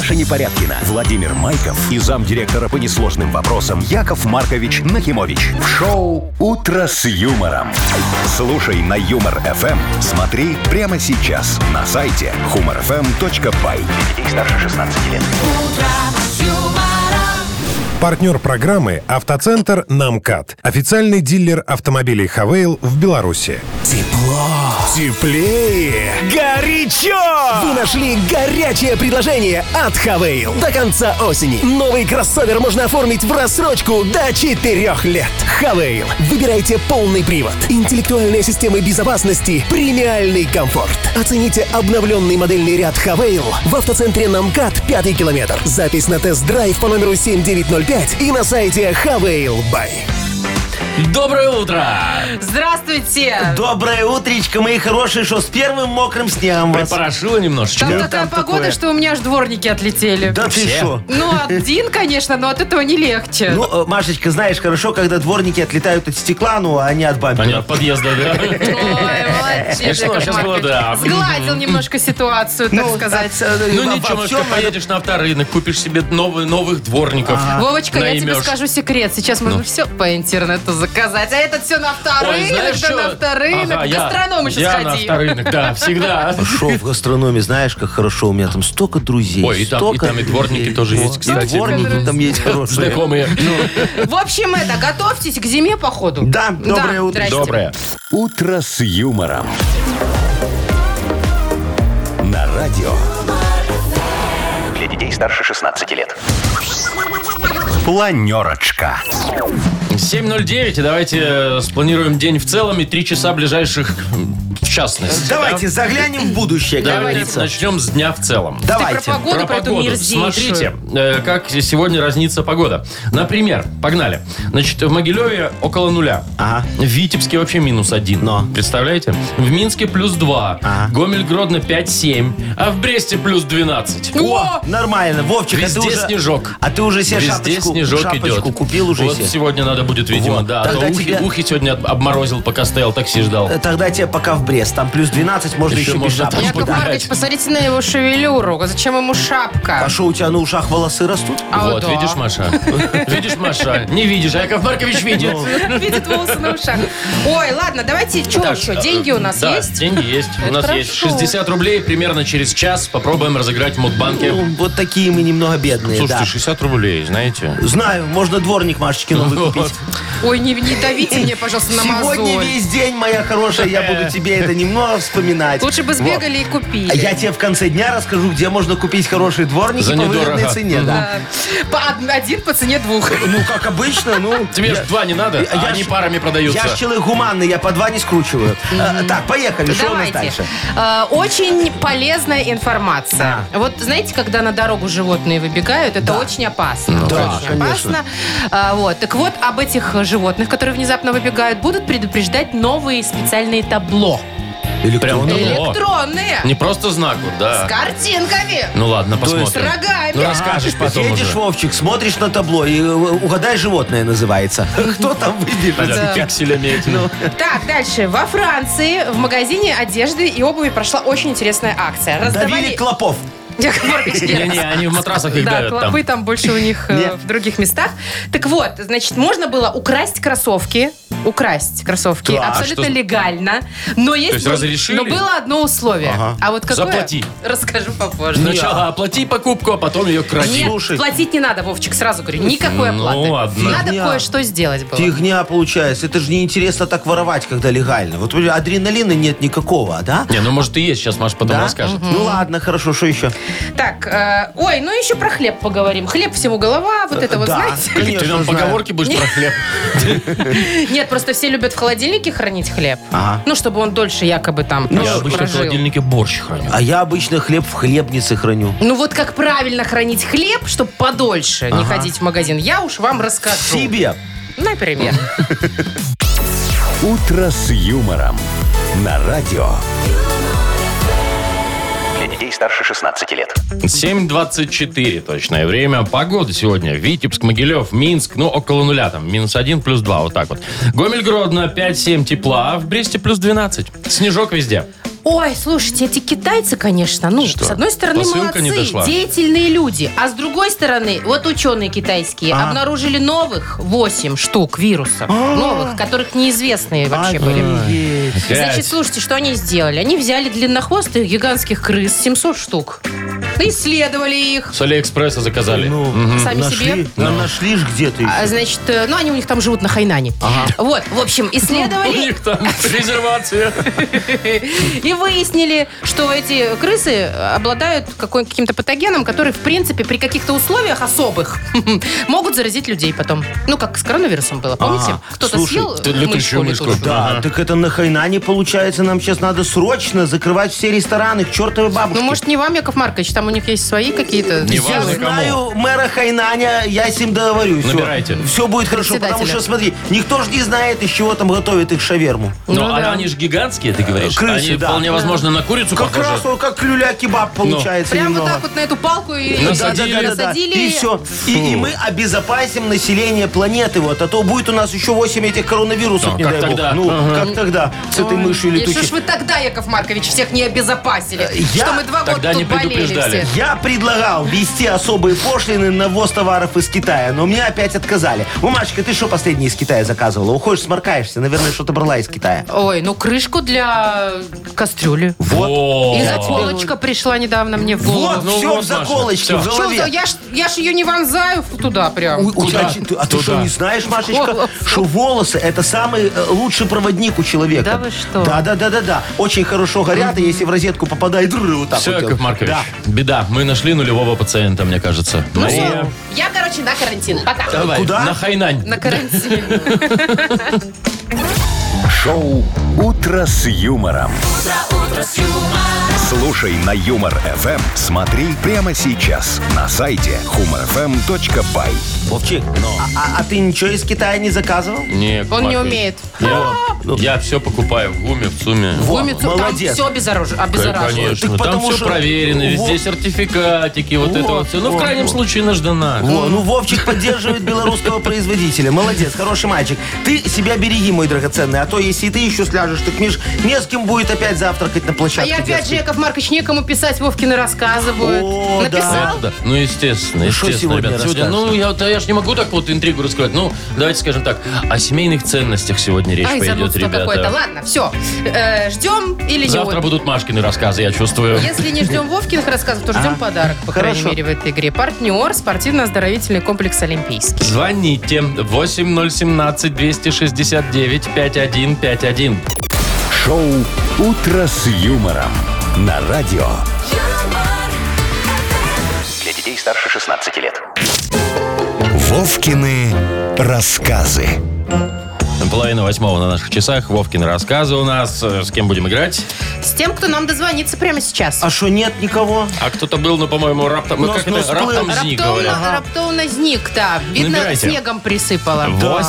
Маша Непорядкина, Владимир Майков и замдиректора по несложным вопросам Яков Маркович Нахимович. В шоу «Утро с юмором». Слушай на Юмор-ФМ. Смотри прямо сейчас на сайте humorfm.by. Для детей старше 16 лет. Партнер программы «Автоцентр Намкат». Официальный дилер автомобилей «Хавейл» в Беларуси. Тепло. Теплее. Горячо. Вы нашли горячее предложение от «Хавейл». До конца осени новый кроссовер можно оформить в рассрочку до 4 лет. «Хавейл». Выбирайте полный привод, интеллектуальные системы безопасности, премиальный комфорт. Оцените обновленный модельный ряд «Хавейл» в автоцентре Намкат, 5-й километр. Запись на тест-драйв по номеру 7905 и на сайте «Хавейл Бай». Доброе утро! Здравствуйте! Доброе утречко, мои хорошие, что с первым мокрым снегом вас. Припорошило немножечко. Там такая погода, такое. что у меня аж дворники отлетели. Да ты что? Ну, один, конечно, но от этого не легче. Ну, Машечка, знаешь, хорошо, когда дворники отлетают от стекла, ну, а не от бампера. Они от подъезда, да? Ой, молодец, Смешно, Яков сейчас было, Маркович. да. Сгладил немножко ситуацию, так сказать. Ну ничего, Машка, поедешь на авторынок, купишь себе новых дворников. Вовочка, я тебе Наймешь. скажу секрет. Сейчас можно все по интернету заказать. А этот все на Ой, вторых, знаешь да что? на вторых. Ага, В гастроном еще я на сходи. авторынок, да, всегда. Шо в гастрономе, знаешь, как хорошо, у меня там столько друзей. Ой, и там и дворники тоже есть, кстати. И дворники там есть хорошие. Знакомые. В общем, готовьтесь к зиме, походу. Да, доброе утро. здрасте. Доброе. «Утро с юмором». На радио. Для детей старше 16 лет. Планерочка. 7:09, и давайте спланируем день в целом и 3 часа ближайших в частности. Давайте заглянем в будущее, как Давайте говорится. начнем с дня в целом. Ты Давайте. про погоду, про эту мерзейшую. Смотрите, как сегодня разнится погода. Например, погнали. Значит, в Могилеве около нуля. Ага. В Витебске вообще -1. Но. Представляете? В Минске +2. Ага. Гомель-Гродно 5-7. А в Бресте +12. О, нормально. Вовчик, Везде а ты уже... снежок. А ты уже себе Везде снежок шапочку идет. купил уже Вот себе? сегодня надо будет, видимо, Вот. да. А то Тогда тебе- ухи сегодня обморозил, пока стоял, такси ждал. Тогда тебе пока в Брест. Там +12, можно Еще еще без можно там шапочки. Яков Да. Маркович, посмотрите на его шевелюру. Зачем ему шапка? А что, у тебя на ушах волосы растут? А Вот, да. видишь, Маша? Видишь, Маша? Не видишь, а Яков Маркович видит. Видит волосы на ушах. Ой, ладно, давайте, что Так, еще? Деньги у нас да, есть? деньги есть. У Это нас хорошо. есть 60 рублей примерно через час. Попробуем разыграть в Мудбанке. Ну, вот такие мы немного бедные, Слушайте, да. 60 рублей, знаете? Знаю, можно дворник Машечке новый купить. Ой, не давите мне, пожалуйста, на Сегодня мозоль. весь день, моя хорошая, я буду тебе это немного вспоминать. Лучше бы Вот. сбегали и купили. А я тебе в конце дня расскажу, где можно купить хорошие дворники За по недорого. выгодной цене. Да. Один по цене двух. Ну, как обычно, ну... Тебе же 2 не надо, Я а они ж- парами продаются. Я ж человек гуманный, я по 2 не скручиваю. Так, поехали, что у нас Давайте. дальше? Очень полезная информация. Вот знаете, когда на дорогу животные выбегают, это очень опасно. Да, Очень конечно. опасно. Вот. Так вот, об этих животных, которые внезапно выбегают, будут предупреждать новые специальные табло. Прям табло. Электронные. Не просто знак, вот, С да. картинками. Ну ладно, С посмотрим. рогами. Ну, расскажешь потом Едешь, уже. Вовчик, смотришь на табло и угадай животное называется. Кто там выбежит? Да, пикселями этими. Так, дальше. Во Франции в магазине одежды и обуви прошла очень интересная акция. Давили Раздавали... клопов. Яков Маркович, нет. Не-не, они в матрасах их Да, давят там. клопы там больше у них Нет. в других местах. Так вот, значит, можно было украсть кроссовки. Так, абсолютно что- легально. Но есть, разрешили? но было одно условие. Ага. А вот какое? Заплати. Расскажу попозже. Сначала оплати покупку, а потом ее кради. Нет, Слушай. платить не надо, Вовчик, сразу говорю. Никакой Ну, оплаты. ладно. Надо Фигня. кое-что сделать было. Фигня получается. Это же неинтересно так воровать, когда легально. Вот адреналина нет никакого, да? Не, ну может и есть, сейчас Маша потом Да? расскажет. Ну ладно, хорошо, что еще? Так, ой, ну еще про хлеб поговорим. Хлеб всему голова, вот это вот, Да, знаете? конечно, Ты нам знаю. поговорки будешь про хлеб? Нет, просто все любят в холодильнике хранить хлеб. Ага. Ну, чтобы он дольше якобы там Я обычно в прожил. холодильнике борщ храню. А я обычно хлеб в хлебнице храню. Ну вот как правильно хранить хлеб, чтобы подольше не ходить в магазин, я уж вам расскажу. Себе. Например. «Утро с юмором». На радио. Для детей старше 16 лет. 7:24 точное время. Погода сегодня. Витебск, Могилев, Минск, ну, около нуля там. -1, +2, вот так вот. Гомель-Гродно 5-7 тепла, а в Бресте +12. Снежок везде. Ой, слушайте, эти китайцы, конечно, Что? с одной стороны, Посылка не молодцы, дошла? деятельные люди, а с другой стороны, вот ученые китайские обнаружили новых 8 штук вирусов, новых, которых неизвестные вообще были. Значит, слушайте, что они сделали? Они взяли длиннохвостых гигантских крыс, 700 штук, исследовали их. С Алиэкспресса заказали. Сами себе? Нашли ж где-то их. Значит, они у них там живут на Хайнане. Вот, в общем, У исследовали них там резервация. и выяснили, что эти крысы обладают каким-то патогеном, который, в принципе, при каких-то условиях особых могут заразить людей потом. Ну, как с коронавирусом было, помните? Кто-то слушай, съел летучую мышку мышку. Да, Ага. так это на Хайнане, получается, нам сейчас надо срочно закрывать все рестораны к чертовой бабушке. Ну, может, не вам, Яков Маркович, там у них есть свои какие-то... Не Я важно, кому. знаю мэра Хайнаня, я с ним договорюсь. Набирайте. Все будет хорошо, потому Председателя. что, смотри, никто же не знает, из чего там готовят их шаверму. Ну, Ну, а да. они же гигантские, ты говоришь? Крысы, Они да. вполне возможно на курицу Как похожи. раз он как люля-кебаб получается Прям немного. вот так вот на эту палку и Насадили. насадили. И все. И мы обезопасим население планеты. Вот, а то будет у нас еще 8 этих коронавирусов, Ну, не как дай тогда? бог. Ну, как тогда с этой мышью И что летучей. ж вы тогда, Яков Маркович, всех не обезопасили? Я Что мы 2 года тогда тут не болели предупреждали. все. Я предлагал ввести особые пошлины на ввоз товаров из Китая, но мне опять отказали. Машечка, ты что последний из Китая заказывала? Уходишь, сморкаешься. Наверное, что-то брала из Китая. Ой, ну крышку для кастрюли. Вот. И заколочка пришла недавно мне в голову. Вот, Ну все вот, в Маша, заколочке, всё. в Что голове. за- я ж ее не вонзаю туда прям. У тебя- а ты что, не знаешь, Машечка, Волосы. что волосы это самый лучший проводник у человека? Да вы что? Да. Очень хорошо горят, и если в розетку попадает, вот так Все, вот Яков делают. Маркович, Да. беда. Мы нашли нулевого пациента, мне кажется. Ну Мария, всё, я, короче, на карантин. Пока. давай, Куда? на Хайнань. На карантин. Шоу «Утро с юмором». Слушай на Юмор ФМ, смотри прямо сейчас на сайте humorfm.by. Вовчик, а ты ничего из Китая не заказывал? Не, Яков Он не Маркович. умеет. Я все покупаю в ГУМе, в ЦУМе. Гумицу, там молодец. все обеззаражено. Конечно, Так там потому все что- проверено, везде Вот. сертификатики, вот это вот все. Ну, в вот, крайнем вот. случае, наждана. Ну, Вовчик поддерживает белорусского производителя. Молодец, хороший мальчик. Ты себя береги, мой драгоценный. А то, если ты еще сляжешь, так, Миш, не с кем будет опять завтракать на А площадке я опять же, детской. Яков Маркович, некому писать, Вовкины рассказы будет. О, Написал? Да. Ну, естественно, Что естественно, сегодня ребят. Сегодня, расскажешь? я ж не могу так вот интригу раскрывать. Ну, давайте скажем так, о семейных ценностях сегодня речь Ай, пойдет, занудство какое-то. ребята. Ладно, все. Ждем или Завтра не? будут Машкины рассказы, я чувствую. Если не ждем Вовкиных рассказов, то ждем подарок, по крайней Хорошо. мере, в этой игре. Партнер спортивно-оздоровительный комплекс «Олимпийский». Звоните 8017-269-5151. Шоу «Утро с юмором» на радио. Для детей старше 16 лет. Вовкины рассказы. 7:30 на наших часах. Вовкины рассказы у нас. С кем будем играть? С тем, кто нам дозвонится прямо сейчас. А что, нет никого? А кто-то был, ну, по-моему, раптом... Ну, Но- как но это? всплыл. Раптом зник, говорят. Раптовно зник, да. Видно, Набирайте. снегом присыпало.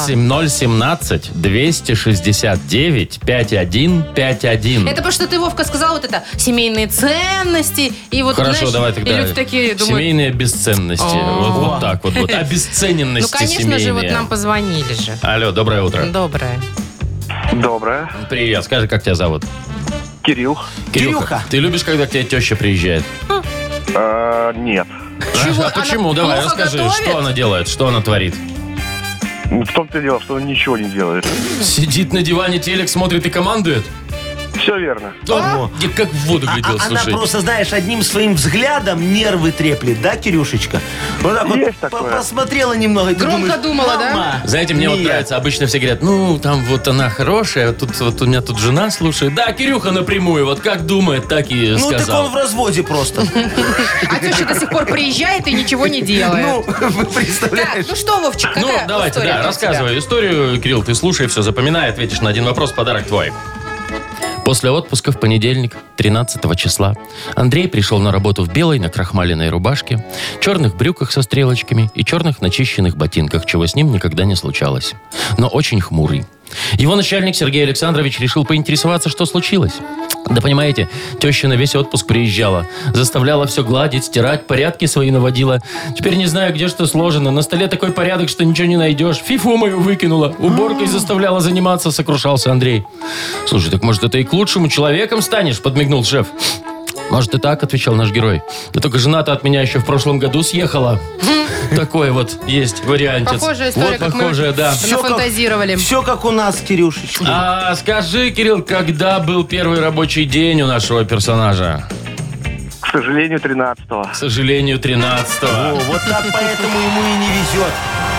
8017-269-5151. Это потому что ты, Вовка, сказал вот это семейные ценности. И вот, Хорошо, знаешь, давай и тогда. люди такие думают... Семейные бесценности. Вот так вот. Ну, Обесцененности конечно же, вот семейные. нам позвонили же. Алло, доброе утро. Доброе. Доброе. Привет, скажи, как тебя зовут? Кирилл. Кирюха. Ты любишь, когда к тебе теща приезжает? Нет. Чего? А почему? Она Давай, плохо расскажи, готовит? что она делает, что она творит? В том-то и дело, что он ничего не делает. Сидит на диване, телек смотрит и командует? Все верно. Да, я как в воду глядел, Она слушай. просто, знаешь, одним своим взглядом нервы треплет, да, Кирюшечка? Вот так вот Есть такое. посмотрела немного. И ты Громко думаешь, думала, да? «Мама, Знаете, мне вот нет». нравится, обычно все говорят, ну, там вот она хорошая, вот у меня тут жена слушает. Да, Кирюха напрямую, вот как думает, так и Ну, так сказал. он в разводе просто. А теща до сих пор приезжает и ничего не делает. Ну, вы Так, представляешь? ну что, Вовчик, Ну, какая давайте, история да, у тебя? рассказывай историю. Кирилл, ты слушай, все запоминай, ответишь на один вопрос, подарок твой. После отпуска в понедельник, 13 числа, Андрей пришел на работу в белой накрахмаленной рубашке, черных брюках со стрелочками и черных начищенных ботинках, чего с ним никогда не случалось. Но очень хмурый. Его начальник Сергей Александрович решил поинтересоваться, что случилось. Да понимаете, теща на весь отпуск приезжала. Заставляла все гладить, стирать, порядки свои наводила. Теперь не знаю, где что сложено. На столе такой порядок, что ничего не найдешь. Фифу мою выкинула. Уборкой заставляла заниматься, сокрушался Андрей. Слушай, так может это и к лучшему человеком станешь, подмигнул шеф. Может и так, отвечал наш герой. Да только жена-то от меня еще в прошлом году съехала. Такой вот есть вариантец. Похожая история, как похожая, да. нафантазировали. Все как у нас, Кирюшечка. А скажи, Кирилл, когда был первый рабочий день у нашего персонажа? К сожалению, 13-го. К сожалению, 13-го. Вот так поэтому ему и не везет.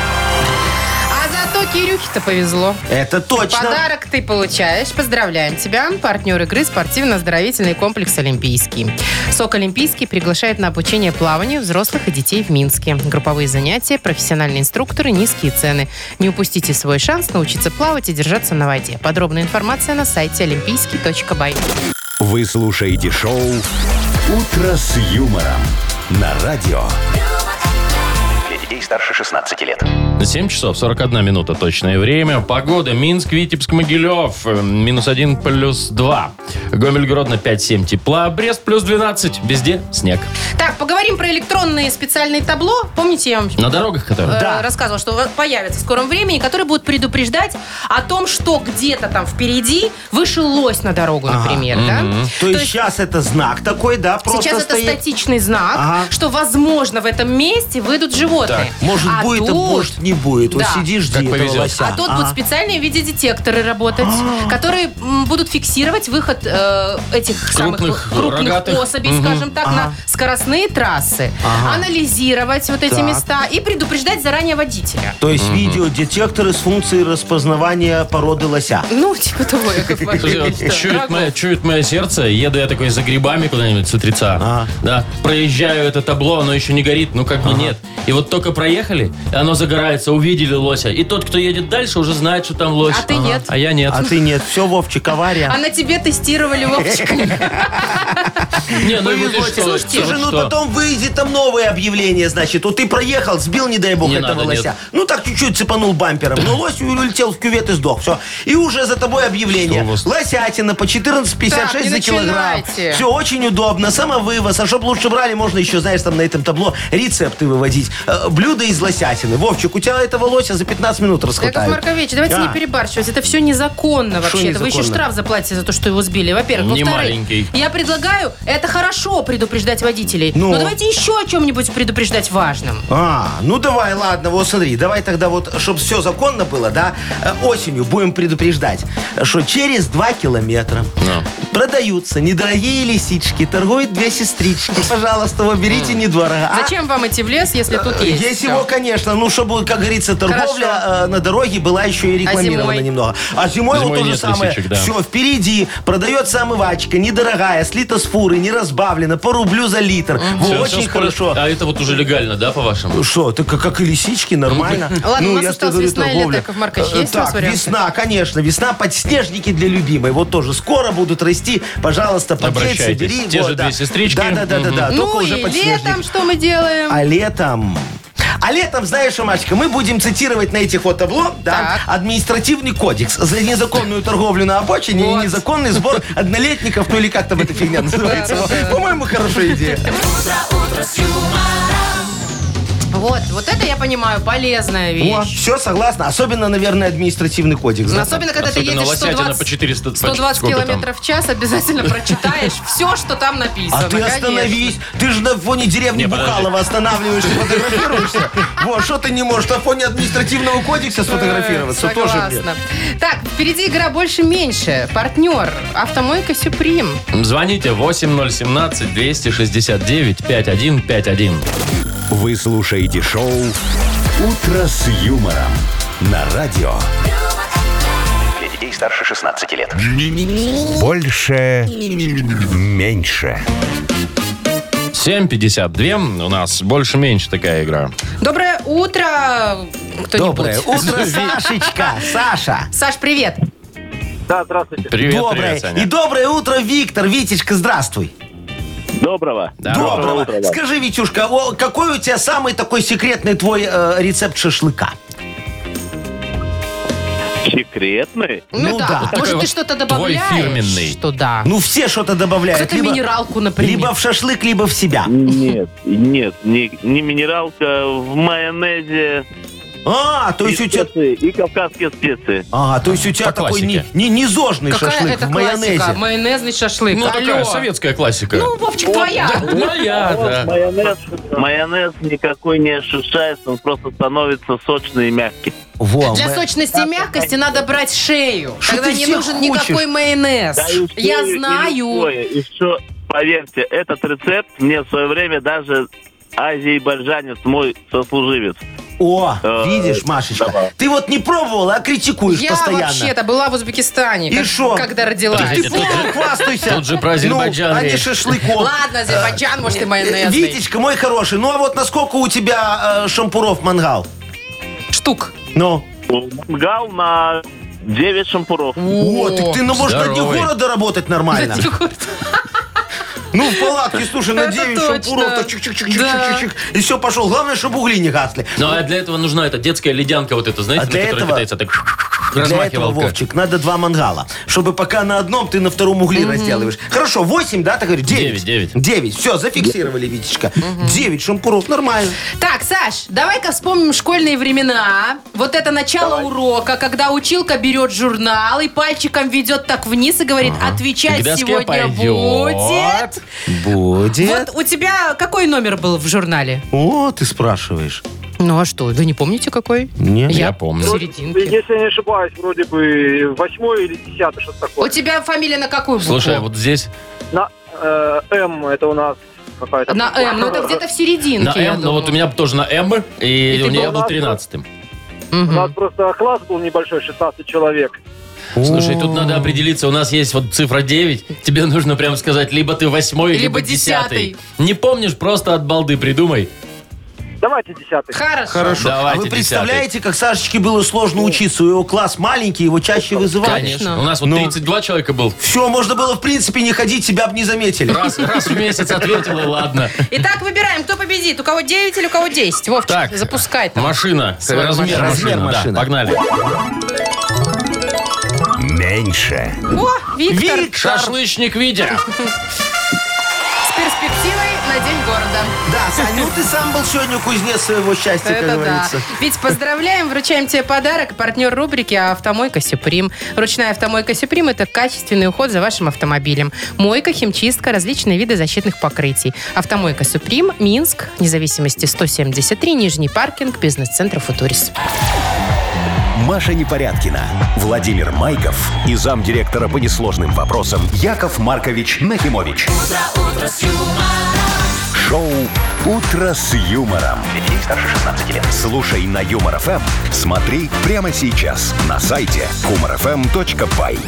А зато Кирюхе-то повезло. Это точно. Подарок ты получаешь. Поздравляем тебя. Партнер игры спортивно-оздоровительный комплекс «Олимпийский». СОК «Олимпийский» приглашает на обучение плаванию взрослых и детей в Минске. Групповые занятия, профессиональные инструкторы, низкие цены. Не упустите свой шанс научиться плавать и держаться на воде. Подробная информация на сайте олимпийский.бай. Вы слушаете шоу «Утро с юмором» на радио. Для детей старше 16 лет. 7 часов 41 минута точное время. Погода. Минск, Витебск, Могилев. -1, +2. Гомель-Гродно 5-7 тепла. Брест +12. Везде снег. Так, поговорим про электронные специальные табло. Помните, я вам На дорогах, которые? рассказывала, что появятся в скором времени, которые будут предупреждать о том, что где-то там впереди вышел лось на дорогу, например. Да? То есть сейчас это знак такой, да, просто Сейчас это стоит? статичный знак, что, возможно, в этом месте выйдут животные. Может будет, а тут- может не будет. Вот Да. сиди, жди Как этого повезет. лося. А тут будут специальные видеодетекторы работать, которые будут фиксировать выход этих Крупных, самых крупных рогатых. особей, скажем так, на скоростные трассы, анализировать вот эти Так. места и предупреждать заранее водителя. То есть видеодетекторы с функцией распознавания породы лося. Ну, типа того, Яков Слушай, Маркович. вот чует мое сердце. Еду я такой за грибами куда-нибудь с утреца. Да, проезжаю это табло, оно еще не горит, ну как бы нет. И вот только проехали, и оно загорается, увидели лося. И тот, кто едет дальше, уже знает, что там лось. А ты нет. А я нет. А ты нет. Все, Вовчик, авария. А на тебе тестировали, Вовчик. Не, ну и вот и Слушайте, что? слушай, ну Что? потом выйдет там новое объявление, значит. Вот ты проехал, сбил, не дай бог, Не этого надо, лося. нет. Ну так чуть-чуть цепанул бампером. Но лось улетел в кювет и сдох. Все. И уже за тобой объявление. Что у вас? Лосятина по 14,56 Так, не за килограмм. начинайте. Все очень удобно. Самовывоз. А чтоб лучше брали, можно еще, знаешь, там на этом табло рецепты выводить. Блюда из лосятины. Вовчик, у тебя этого лося за 15 минут Яков расхватают. Маркович, давайте не перебарщивать. Это все незаконно вообще-то. Вы еще незаконно? штраф заплатите за то, что его сбили. Во-первых. Не Во-вторых, маленький. я предлагаю, это хорошо предупреждать водителей. Ну? Но давайте еще о чем-нибудь предупреждать важном. Ну давай, ладно, вот смотри, давай тогда вот, чтобы все законно было, да, осенью будем предупреждать, что через 2 километра продаются недорогие лисички, торгуют 2 сестрички. Пожалуйста, вот берите недорого. А? Зачем вам идти в лес, если тут есть? Есть всё? его, конечно, ну, чтобы, как говорится, торговля на дороге была еще и рекламирована зимой? немного. А зимой вот то же нет самое. лисичек, да. Все, впереди продается омывачка, недорогая, слита с фуры, не разбавлена, по рублю за литр. Во, Всё, очень всё скоро- хорошо. А это вот уже легально, да, по-вашему? Что, ты как и лисички, нормально. Ладно, у нас я осталась тебе говорю, весна и лето, торговля. Яков Маркович, есть у вас Так, варианты? весна, конечно, весна, подснежники для любимой. Вот тоже скоро будут расти. Пожалуйста, пакет Обращайтесь. собери. Те Вот, же да. 2 сестрички. Да, только Ну уже и подснежник. летом что мы делаем? А летом, знаешь, Машечка, мы будем цитировать на этих вот табло, да, Так. административный кодекс за незаконную торговлю на обочине Вот. и незаконный сбор однолетников, ну или как там эта фигня называется. По-моему, хорошая идея. Вот это я понимаю, полезная вещь. Все, согласна. Особенно, наверное, административный кодекс. да. Особенно, когда ты Особенно едешь лосятина по 400, 120 сколько там? километров в час, обязательно прочитаешь все, что там написано. А ты конечно. остановись. Ты же на фоне деревни Не, подожди. Бухалова останавливаешься, фотографируешься. Вот, что ты не можешь на фоне административного кодекса сфотографироваться? Тоже, блин. Согласна. Так, впереди игра «Больше-меньше». Партнер «Автомойка Сюприм». Звоните 8017-269-5151. Вы слушаете шоу «Утро с юмором» на радио. Для детей старше 16 лет. Больше. Меньше. 7:52. У нас больше-меньше такая игра. Доброе утро, кто-нибудь. Доброе утро, Сашечка. Саша. Саш, привет. Да, здравствуйте. Привет, Доброе. привет, Саня. И доброе утро, Виктор. Витечка, здравствуй. Доброго. Доброго. утро, да. Скажи, Витюшка, какой у тебя самый такой секретный твой рецепт шашлыка? Секретный? Ну да. Может, такой ты вот что-то твой добавляешь? фирменный. Что да. Ну, все что-то добавляют. Кто-то минералку, например. Либо в шашлык, либо в себя. Нет, не минералка, в майонезе. То есть у тебя... специи, и кавказские специи. То есть у тебя По такой классике. низожный Какая шашлык это в классика? майонезе. Майонезный шашлык. Ну, такая Алло. советская классика. Ну, Вовчик, твоя. Моя, да. Майонез никакой не ощущается, он просто становится сочный и мягкий. Для сочности и мягкости надо брать шею. Что Тогда ты не всех нужен хочешь? никакой майонез. Я знаю. И что, поверьте, этот рецепт мне в свое время даже азербайджанец мой сослуживец. Видишь, Машечка, ты вот не пробовала, а критикуешь Я постоянно. вообще-то была в Узбекистане, И шо? когда родилась. Ты полным хвастайся. Тут же про Азербайджан Ну, а не речь. шашлыком. Ладно, Азербайджан, может, и майонезный. Витечка, мой хороший, ну а вот насколько у тебя шампуров мангал? Штук. Ну? Мангал на 9 шампуров. Так ты можешь на дне здоровый. города работать нормально. Ну, в палатке, слушай, на Это 9 точно. шампуров, так чик-чик-чик-чик-чик-чик, Да. и все, пошел. Главное, чтобы угли не гасли. Ну, а для этого нужна эта детская ледянка вот эта, знаете, А на для которой этого- питается так Для этого, размахивалка. Вовчик, надо 2 мангала. Чтобы пока на одном ты на втором угли разделываешь. Хорошо, 8, да, ты говоришь? 9. 9. Все, зафиксировали, Витечка. 9 шампуров, нормально. Так, Саш, давай-ка вспомним школьные времена. Вот это начало урока, когда училка берет журнал и пальчиком ведет так вниз и говорит, отвечать К доске сегодня пойдет. будет. Будет. Вот у тебя какой номер был в журнале? О, ты спрашиваешь. Ну а что, вы не помните какой? Нет. Я помню. В серединке. Если я не ошибаюсь, вроде бы 8 или 10, что-то У такое. тебя фамилия на какую букву? Слушай, а вот здесь На М это у нас какая-то... На М, ну это где-то в серединке, на я М, ну вот у думаю. меня тоже на М, и ты у меня был был 13-м. У нас просто класс был небольшой, 16 человек. Слушай, тут надо определиться, у нас есть вот цифра 9, тебе нужно прям сказать, либо ты 8-й, Либо либо 10-й. 10-й. Не помнишь, просто от балды придумай. Давайте 10. Хорошо. Хорошо. Давайте а вы 10-й. представляете, как Сашечке было сложно учиться? Его класс маленький, его чаще вызывали. Конечно. У нас вот Ну. 32 человека был. Все, можно было, в принципе, не ходить, тебя бы не заметили. Раз в месяц ответил, и ладно. Итак, выбираем, кто победит. У кого 9 или у кого 10. Вовчик, Так, запускай там. Машина. Свою Размер машину. машины. Размер Да, погнали. Меньше. О, Виктор. Шашлычник Витя. С перспективой на День города. Да, Сань, ну ты сам был сегодня кузнец своего счастья, как Это да. говорится. Ведь поздравляем, вручаем тебе подарок. Партнер рубрики «Автомойка Сюприм». Ручная автомойка Сюприм – это качественный уход за вашим автомобилем. Мойка, химчистка, различные виды защитных покрытий. Автомойка Сюприм, Минск, независимости 173, Нижний паркинг, бизнес-центр «Футурис». Маша Непорядкина, Владимир Майков и замдиректора по несложным вопросам Яков Маркович Нахимович. Шоу «Утро с юмором». Для детей старше 16 лет. Слушай на Юмор ФМ. Смотри прямо сейчас на сайте humorfm.by.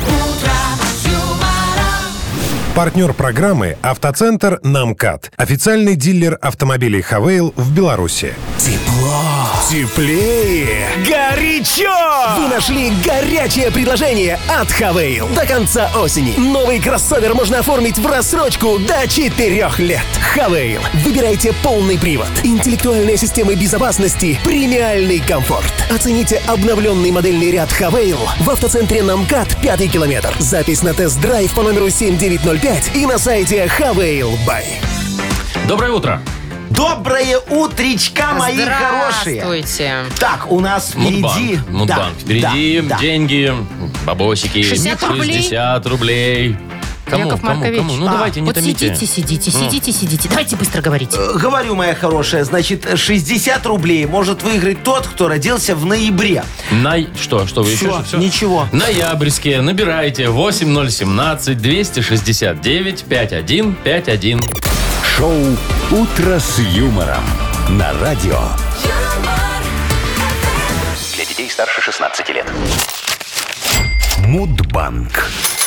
Партнер программы «Автоцентр Намкат». Официальный дилер автомобилей «Хавейл» в Беларуси. Тепло, теплее, горячо! Вы нашли горячее предложение от Хавейл. До конца осени новый кроссовер можно оформить в рассрочку до 4 лет. Хавейл. Выбирайте полный привод, интеллектуальные системы безопасности, премиальный комфорт. Оцените обновленный модельный ряд Хавейл в автоцентре Намкат 5 километр. Запись на тест-драйв по номеру 7905 и на сайте Хавейл Бай. Доброе утро. Доброе утречка, мои хорошие. Здравствуйте. Так, у нас впереди... Мудбанк. Впереди да. деньги, бабосики. 60 рублей. 60 рублей. Кому? Яков Маркович. Ну, давайте, не вот томите. сидите. Давайте быстро говорите. Говорю, моя хорошая, значит, 60 рублей может выиграть тот, кто родился в ноябре. Что вы Всё, еще? Всё? ничего. Ноябрьские. Набирайте 8017-269-5151. Шоу «Утро с юмором» на радио. Для детей старше 16 лет. Мудбанк.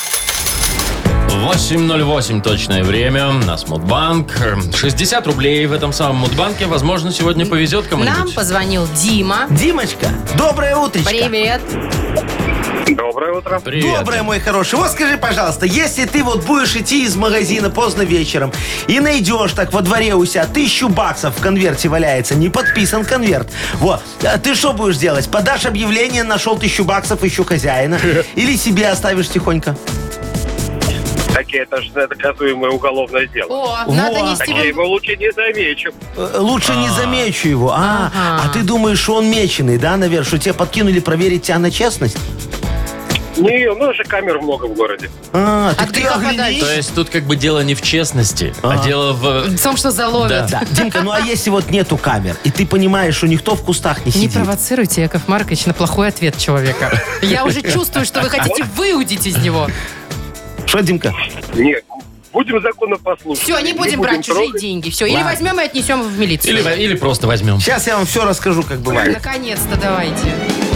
8:08 точное время. У нас Мудбанк. 60 рублей в этом самом Мудбанке. Возможно, сегодня повезет кому-нибудь. Нам позвонил Дима. Димочка, доброе утречко. Привет. Доброе Доброе утро. Привет. Доброе, мой хороший. Вот скажи, пожалуйста, если ты вот будешь идти из магазина поздно вечером и найдешь так во дворе у себя 1000 баксов в конверте валяется, не подписан конверт, вот, ты что будешь делать? Подашь объявление, нашел 1000 баксов, ищу хозяина, или себе оставишь тихонько? Такие, это же доказуемое уголовное дело. О, надо Вот. нести... Так я его лучше не замечу. Лучше не замечу его. А ты думаешь, что он меченый, да, наверное, что тебе подкинули проверить тебя на честность? Не, у нас же камер много в городе. Так ты греха оглянись. подальше. То есть тут как бы дело не в честности, а дело в... В том, что заловят. Да. Димка, ну а если вот нету камер, и ты понимаешь, что никто в кустах не Не сидит? провоцируйте, Яков Маркович, на плохой ответ человека. Я уже чувствую, что вы хотите выудить из него. Что, Димка? Нет, будем законопослушны. Все, не будем брать чужие трогать. деньги. Все, или Ладно. возьмем и отнесем в милицию. Или просто возьмем. Сейчас я вам все расскажу, как бывает. Наконец-то давайте.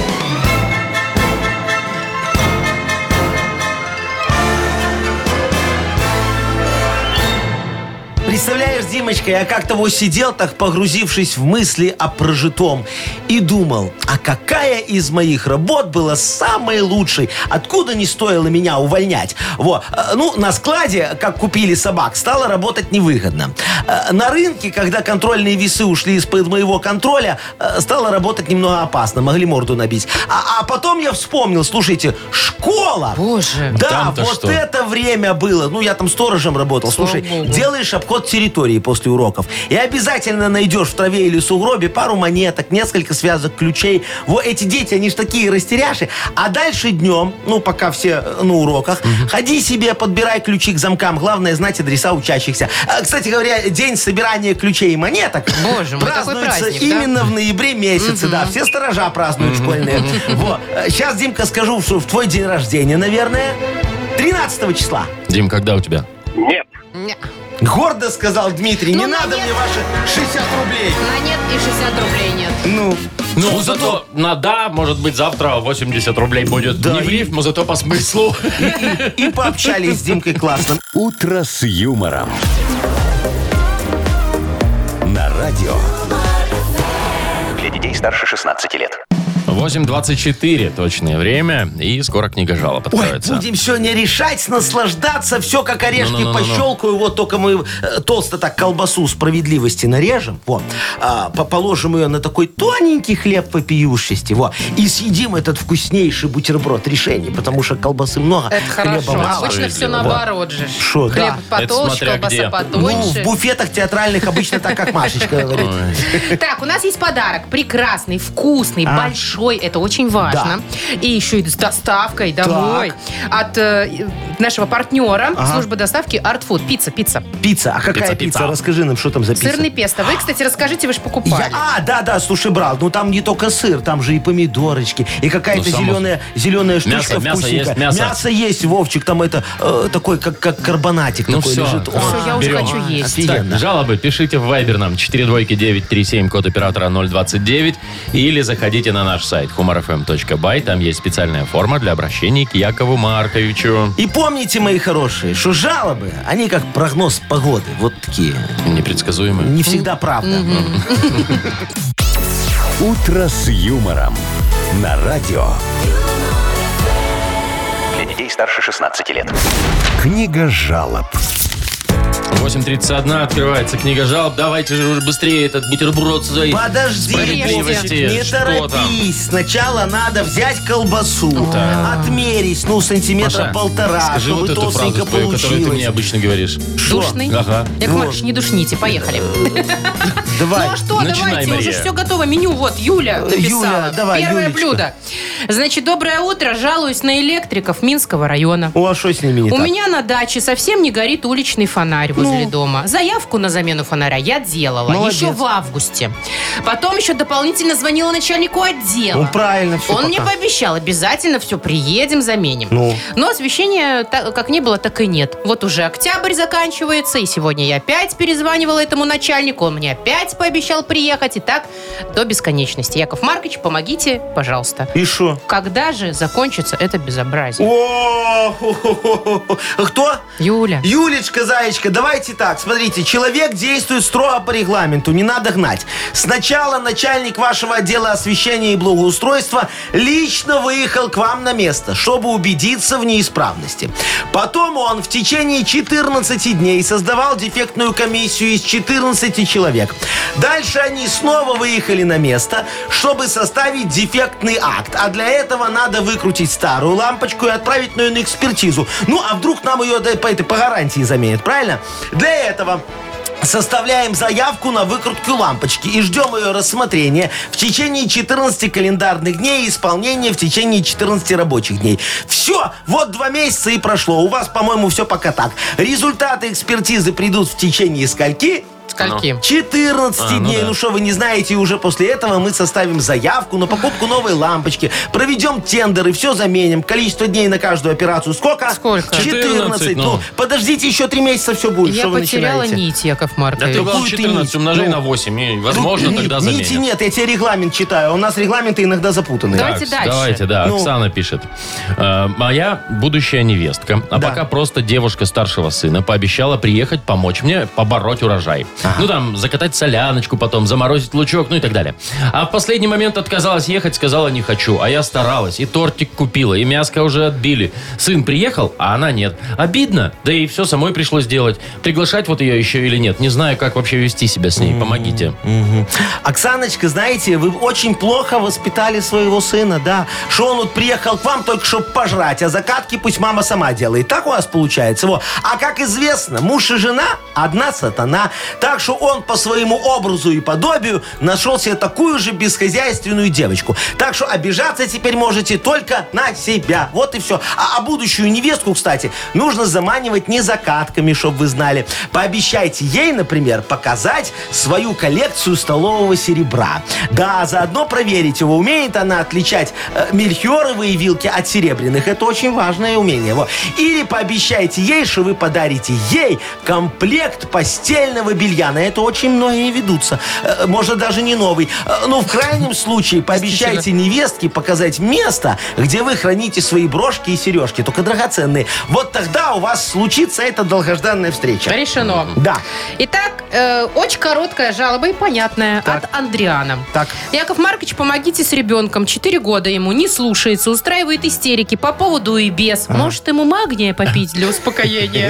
Представляешь, Димочка, я как-то вот сидел, так погрузившись в мысли о прожитом, и думал, а какая из моих работ была самой лучшей? Откуда не стоило меня увольнять? Вот. Ну, на складе, как купили собак, стало работать невыгодно. На рынке, когда контрольные весы ушли из-под моего контроля, стало работать немного опасно, могли морду набить. А потом я вспомнил, слушайте, школа! Боже. Да, Там-то вот что? это время было. Ну, я там сторожем работал. Слава Слушай, богу. делаешь обход территории после уроков. И обязательно найдешь в траве или сугробе пару монеток, несколько связок ключей. Вот эти дети, они ж такие растеряши. А дальше днем, ну, пока все на уроках, ходи себе, подбирай ключи к замкам. Главное, знать адреса учащихся. Кстати говоря, день собирания ключей и монеток Боже мой, такой празднуется праздник, да? именно в ноябре месяце. Да, все сторожа празднуют школьные. Вот. Сейчас, Димка, скажу, что в твой день рождения, наверное, 13 числа. Дим, когда у тебя? Нет. Гордо сказал Дмитрий, Ну, не на надо нет. мне ваши 60 рублей. На нет и 60 рублей нет. Ну, Ну, зато на да, может быть, завтра 80 рублей будет. Да, Не в и- рифму, зато по смыслу. и пообщались с Димкой классно. «Утро с юмором». На радио. Для детей старше 16 лет. 8:24 точное время, и скоро книга жалоб Ой, откроется. будем сегодня решать, наслаждаться, все как орешки Ну-ну-ну-ну. пощелкаю. Вот только мы толсто так колбасу справедливости нарежем. Вот. Положим ее на такой тоненький хлеб вопиющести. Вот. И съедим этот вкуснейший бутерброд решений, потому что колбасы много, Это хлеба хорошо. мало. Обычно все справедливо. наоборот же. Шо, Хлеб да. Это потолще, смотря колбаса где. Ну, потоньше. в буфетах театральных обычно так, как Машечка говорит. Так, у нас есть подарок. Прекрасный, вкусный, большой. Это очень важно. И еще и с доставкой домой. От нашего партнера службы доставки Art Food. Пицца. Пицца. А какая Пицца. пицца? Расскажи нам, что там за пицца. Сырный песто. Вы, кстати, расскажите, вы же покупали. Да, слушай, брал. Ну там не только сыр, там же и помидорочки, и какая-то Ну, само зеленая штучка Мясо вкусненькая. есть, мясо. есть, Вовчик, там это такой, как карбонатик Ну такой все, лежит. О, Всё, я уже берем. хочу есть. Офигенно. Так, жалобы пишите в Viber нам 42937, код оператора 029, или заходите на наш сайт humorfm.by, там есть специальная форма для обращения к Якову Марковичу. И помните, мои хорошие, что жалобы, они как прогноз погоды. Вот такие. Непредсказуемый. Не всегда правда. «Утро с юмором». На радио. Для детей старше 16 лет. Книга жалоб. 8:31 открывается книга жалоб. Давайте же уже быстрее этот бутерброд своей Подожди, справедливости. Вовчик, не Что там? торопись. Сначала надо взять колбасу, отмерить, сантиметра Маша, полтора, скажи чтобы вот эту фразу толстенько твою, которую ты мне получилось. обычно говоришь. Шо? Душный? Ага. Яков Маркович, не душните. Поехали. Давай. Ну а что, Начинай, давайте, Мария. уже все готово. Меню, вот, Юля написала. Юля, давай, Первое Юлечка. блюдо. Значит, доброе утро. Жалуюсь на электриков Минского района. О, а что с ними не У так? меня на даче совсем не горит уличный фонарь возле дома. Заявку на замену фонаря я делала Молодец. еще в августе. Потом еще дополнительно звонила начальнику отдела. Ну, правильно, все Он мне пообещал, обязательно все приедем, заменим. Ну. Но освещения как не было, так и нет. Вот уже октябрь заканчивается, и сегодня я опять перезванивала этому начальнику. Он мне опять пообещал приехать. И так до бесконечности. Яков Маркович, помогите, пожалуйста. И что? Когда же закончится это безобразие? О, кто? Юля. Юлечка, зайчка, давай давайте так, смотрите, человек действует строго по регламенту, не надо гнать. Сначала начальник вашего отдела освещения и благоустройства лично выехал к вам на место, чтобы убедиться в неисправности. Потом он в течение 14 дней создавал дефектную комиссию из 14 человек. Дальше они снова выехали на место, чтобы составить дефектный акт. А для этого надо выкрутить старую лампочку и отправить ее на экспертизу. Ну, а вдруг нам ее по гарантии заменят, правильно? Для этого составляем заявку на выкрутку лампочки и ждем ее рассмотрения в течение 14 календарных дней и исполнения в течение 14 рабочих дней. Все, вот 2 месяца и прошло. У вас, по-моему, все пока так. Результаты экспертизы придут в течение скольки? Скольки? 14 дней. Ну что, вы не знаете, и уже после этого мы составим заявку на покупку новой лампочки, проведем тендер и все заменим. Количество дней на каждую операцию сколько? Сколько? 14. Ну, подождите, еще 3 месяца все будет. Я что вы потеряла начинаете? нить, Яков Маркович. Да ты, главное, 14 умножай на 8, и, возможно, тогда заменят. Нити нет, я тебе регламент читаю. У нас регламенты иногда запутаны. Давайте дальше. Давайте, да. Ну. Оксана пишет. Моя будущая невестка, а Да. пока просто девушка старшего сына, пообещала приехать помочь мне побороть урожай. Ну, там, закатать соляночку потом, заморозить лучок, ну и так далее. А в последний момент отказалась ехать, сказала, не хочу. А я старалась, и тортик купила, и мяско уже отбили. Сын приехал, а она нет. Обидно, да и все самой пришлось делать. Приглашать вот ее еще или нет? Не знаю, как вообще вести себя с ней. Помогите. Оксаночка, знаете, вы очень плохо воспитали своего сына, да. Что он вот приехал к вам только чтобы пожрать, а закатки пусть мама сама делает. Так у вас получается. Во. А как известно, муж и жена одна сатана. Так что он по своему образу и подобию нашел себе такую же бесхозяйственную девочку. Так что обижаться теперь можете только на себя. Вот и все. А будущую невестку, кстати, нужно заманивать не закатками, чтобы вы знали. Пообещайте ей, например, показать свою коллекцию столового серебра. Да, заодно проверить его, умеет она отличать мельхиоровые вилки от серебряных. Это очень важное умение. Во. Или пообещайте ей, что вы подарите ей комплект постельного белья. На это очень многие ведутся. Может, даже не новый. Но в крайнем случае пообещайте невестке показать место, где вы храните свои брошки и сережки, только драгоценные. Вот тогда у вас случится эта долгожданная встреча. Решено. Да. Итак, очень короткая жалоба и понятная от Андриана. Так. Яков Маркович, помогите с ребенком. 4 года ему не слушается, устраивает истерики по поводу и без. Может, ему магния попить для успокоения?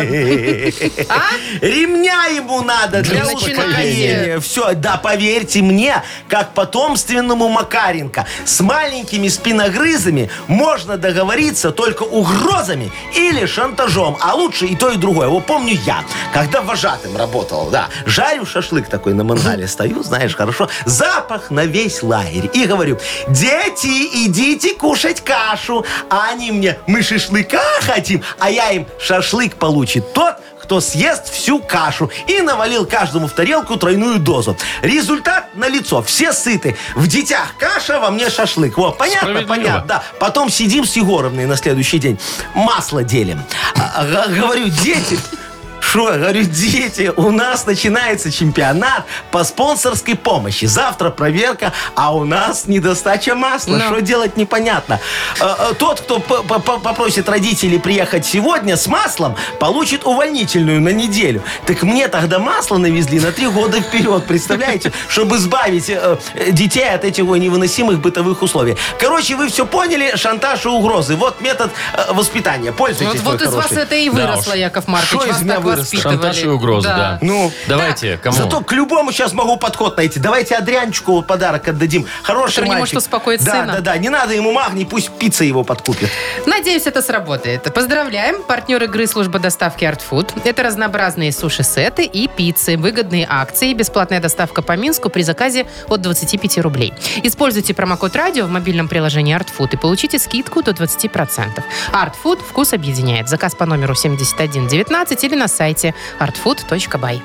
А? Ремня ему надо для успокоения. Все, да, поверьте мне, как потомственному Макаренко, с маленькими спиногрызами можно договориться только угрозами или шантажом. А лучше и то, и другое. Вот помню я, когда вожатым работал, да, жарю шашлык такой на мангале, стою, знаешь, хорошо, запах на весь лагерь. И говорю, дети, идите кушать кашу. А они мне, мы шашлыка хотим, а я им, шашлык получит тот, кто съест всю кашу. И навалил каждому в тарелку тройную дозу. Результат налицо. Все сыты. В детях каша, во мне шашлык. Вот, понятно, понятно. Да. Потом сидим с Егоровной на следующий день. Масло делим. Говорю, дети... Шо, говорю, дети, у нас начинается чемпионат по спонсорской помощи. Завтра проверка, а у нас недостача масла. Что делать, непонятно. Тот, кто попросит родителей приехать сегодня с маслом, получит увольнительную на неделю. Так мне тогда масло навезли на 3 года вперед, представляете? Чтобы избавить детей от этих невыносимых бытовых условий. Короче, вы все поняли, шантаж и угрозы. Вот метод воспитания. Пользуйтесь. Вот из вас это и выросло, Яков Маркович. Вас так воспитывали. Шантаж и угрозы, да. Ну, давайте, кому? Зато к любому сейчас могу подход найти. Давайте Адрянчику вот подарок отдадим. Хороший Который мальчик. не может успокоить сына. Да. Не надо ему магний, пусть пицца его подкупит. Надеюсь, это сработает. Поздравляем. Партнер игры служба доставки Art Food. Это разнообразные суши-сеты и пиццы. Выгодные акции. Бесплатная доставка по Минску при заказе от 25 рублей. Используйте промокод радио в мобильном приложении Art Food и получите скидку до 20%. Art Food. Вкус объединяет. Заказ по номеру 7119 или на сайте artfood.by.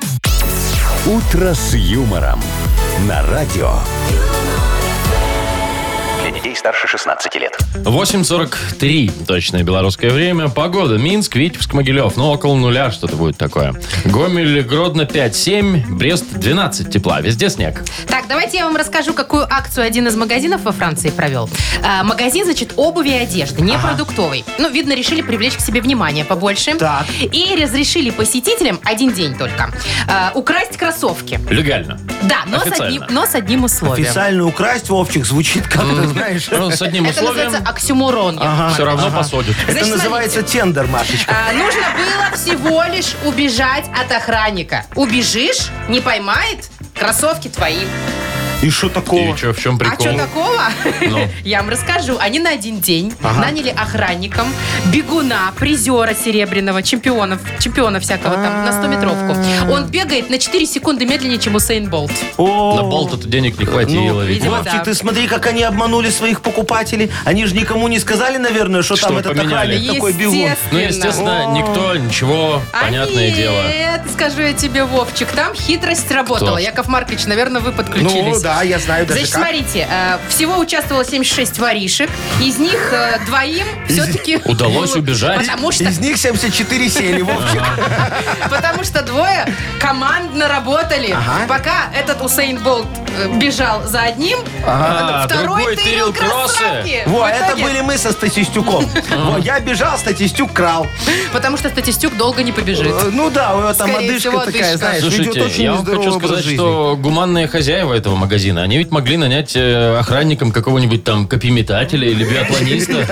«Утро с юмором» на радио. детей старше 16 лет. 8:43 точное белорусское время. Погода. Минск, Витебск, Могилев. Ну, около нуля что-то будет такое. Гомель, Гродно 5-7. Брест 12 тепла. Везде снег. Так, давайте я вам расскажу, какую акцию один из магазинов во Франции провел. Магазин, значит, обуви и одежды, не продуктовый. Ну, видно, решили привлечь к себе внимание побольше. Так. И разрешили посетителям один день только украсть кроссовки. Легально. Да, Официально. но с одним условием. Официально украсть, Вовчик, звучит как-то, знаешь. Ну, с одним Это условием называется оксюморон. все равно посадят. Это Значит, называется тендер, Машечка. нужно было всего лишь убежать от охранника. Убежишь, не поймает, кроссовки твои. И что такого? И что, в чем А прикол? что такого? Ну. Я вам расскажу. Они на один день наняли охранником бегуна, призера серебряного, чемпиона всякого там, на 100-метровку. Он бегает на 4 секунды медленнее, чем Усейн Болт. На болт денег не хватило. Ну, видимо. Вовчик, да. ты смотри, как они обманули своих покупателей. Они же никому не сказали, наверное, что Что там этот поменяли? охранник такой бегун. Ну, естественно, никто, ничего, понятное дело. Нет, скажу я тебе, Вовчик, там хитрость сработала. Кто? Яков Маркович, наверное, вы подключились. Ну, да, я знаю даже Значит, как. смотрите, всего участвовало 76 воришек. Из них двоим все-таки... Удалось убежать. Потому что, Из них 74 сели, Вовчик. потому что двое командно работали. Ага. Пока этот Усейн Болт бежал за одним, А, второй другой тырил тырил кроссы. кроссовки. Во, В это итоге- были мы со Статистюком. Во, я бежал, Статистюк крал. Потому что Статистюк долго не побежит. Ну да, у него там Скорее одышка всего, такая, одышка. знаешь, ведет Слушайте, очень я вам нездоровый хочу образ сказать, жизни. что гуманные хозяева этого магазина, они ведь могли нанять охранником какого-нибудь там копьеметателя или биатлониста.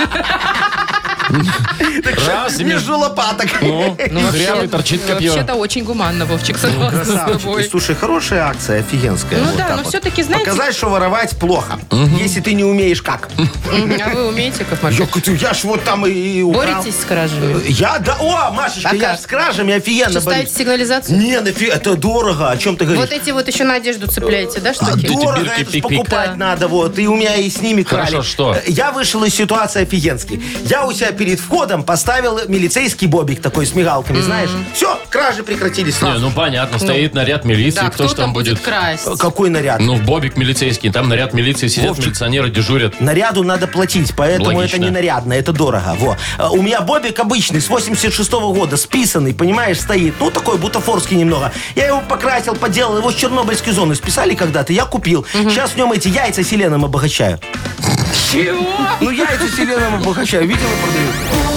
Раз, и Между лопаток. Ну, хрябый торчит копье. Вообще-то очень гуманно, Вовчик, согласна с Красавчик. тобой. Слушай, хорошая акция, офигенская. Ну Вот да, так но вот. все-таки, знаете... Показать, что воровать плохо. Если ты не умеешь как. А вы умеете, Яков Маркович? Я ж вот там и украл. Боретесь с кражами? Я, да, о, Машечка, А я как? с кражами офигенно Что, ставите борюсь. сигнализацию? Не, нафиг, это дорого, о чем ты говоришь? Вот эти вот еще на одежду цепляете, да, штуки? Дорого, бирки это ж пик-пик. покупать Да. надо, вот. И у меня и с ними крали. Хорошо, что? Я вышел из ситуации офигенски. Я у себя перед входом поставил милицейский бобик такой с мигалками, знаешь. Все, кражи прекратились Не, сразу. ну понятно, стоит наряд милиции, Да, кто ж там будет? красть? Какой наряд? Ну, бобик милицейский, там наряд милиции, сидят Вовчик. милиционеры, дежурят. Наряду надо платить, поэтому Логично. это не нарядно, это дорого. Во. У меня бобик обычный, с 86-го года, списанный, понимаешь, стоит. Ну, такой бутафорский немного. Я его покрасил, поделал, его с Чернобыльской зоны списали когда-то, я купил. Сейчас в нем эти яйца селеном обогащаю. Чего? Ну, яйца селеном обогащаю, видела, продают?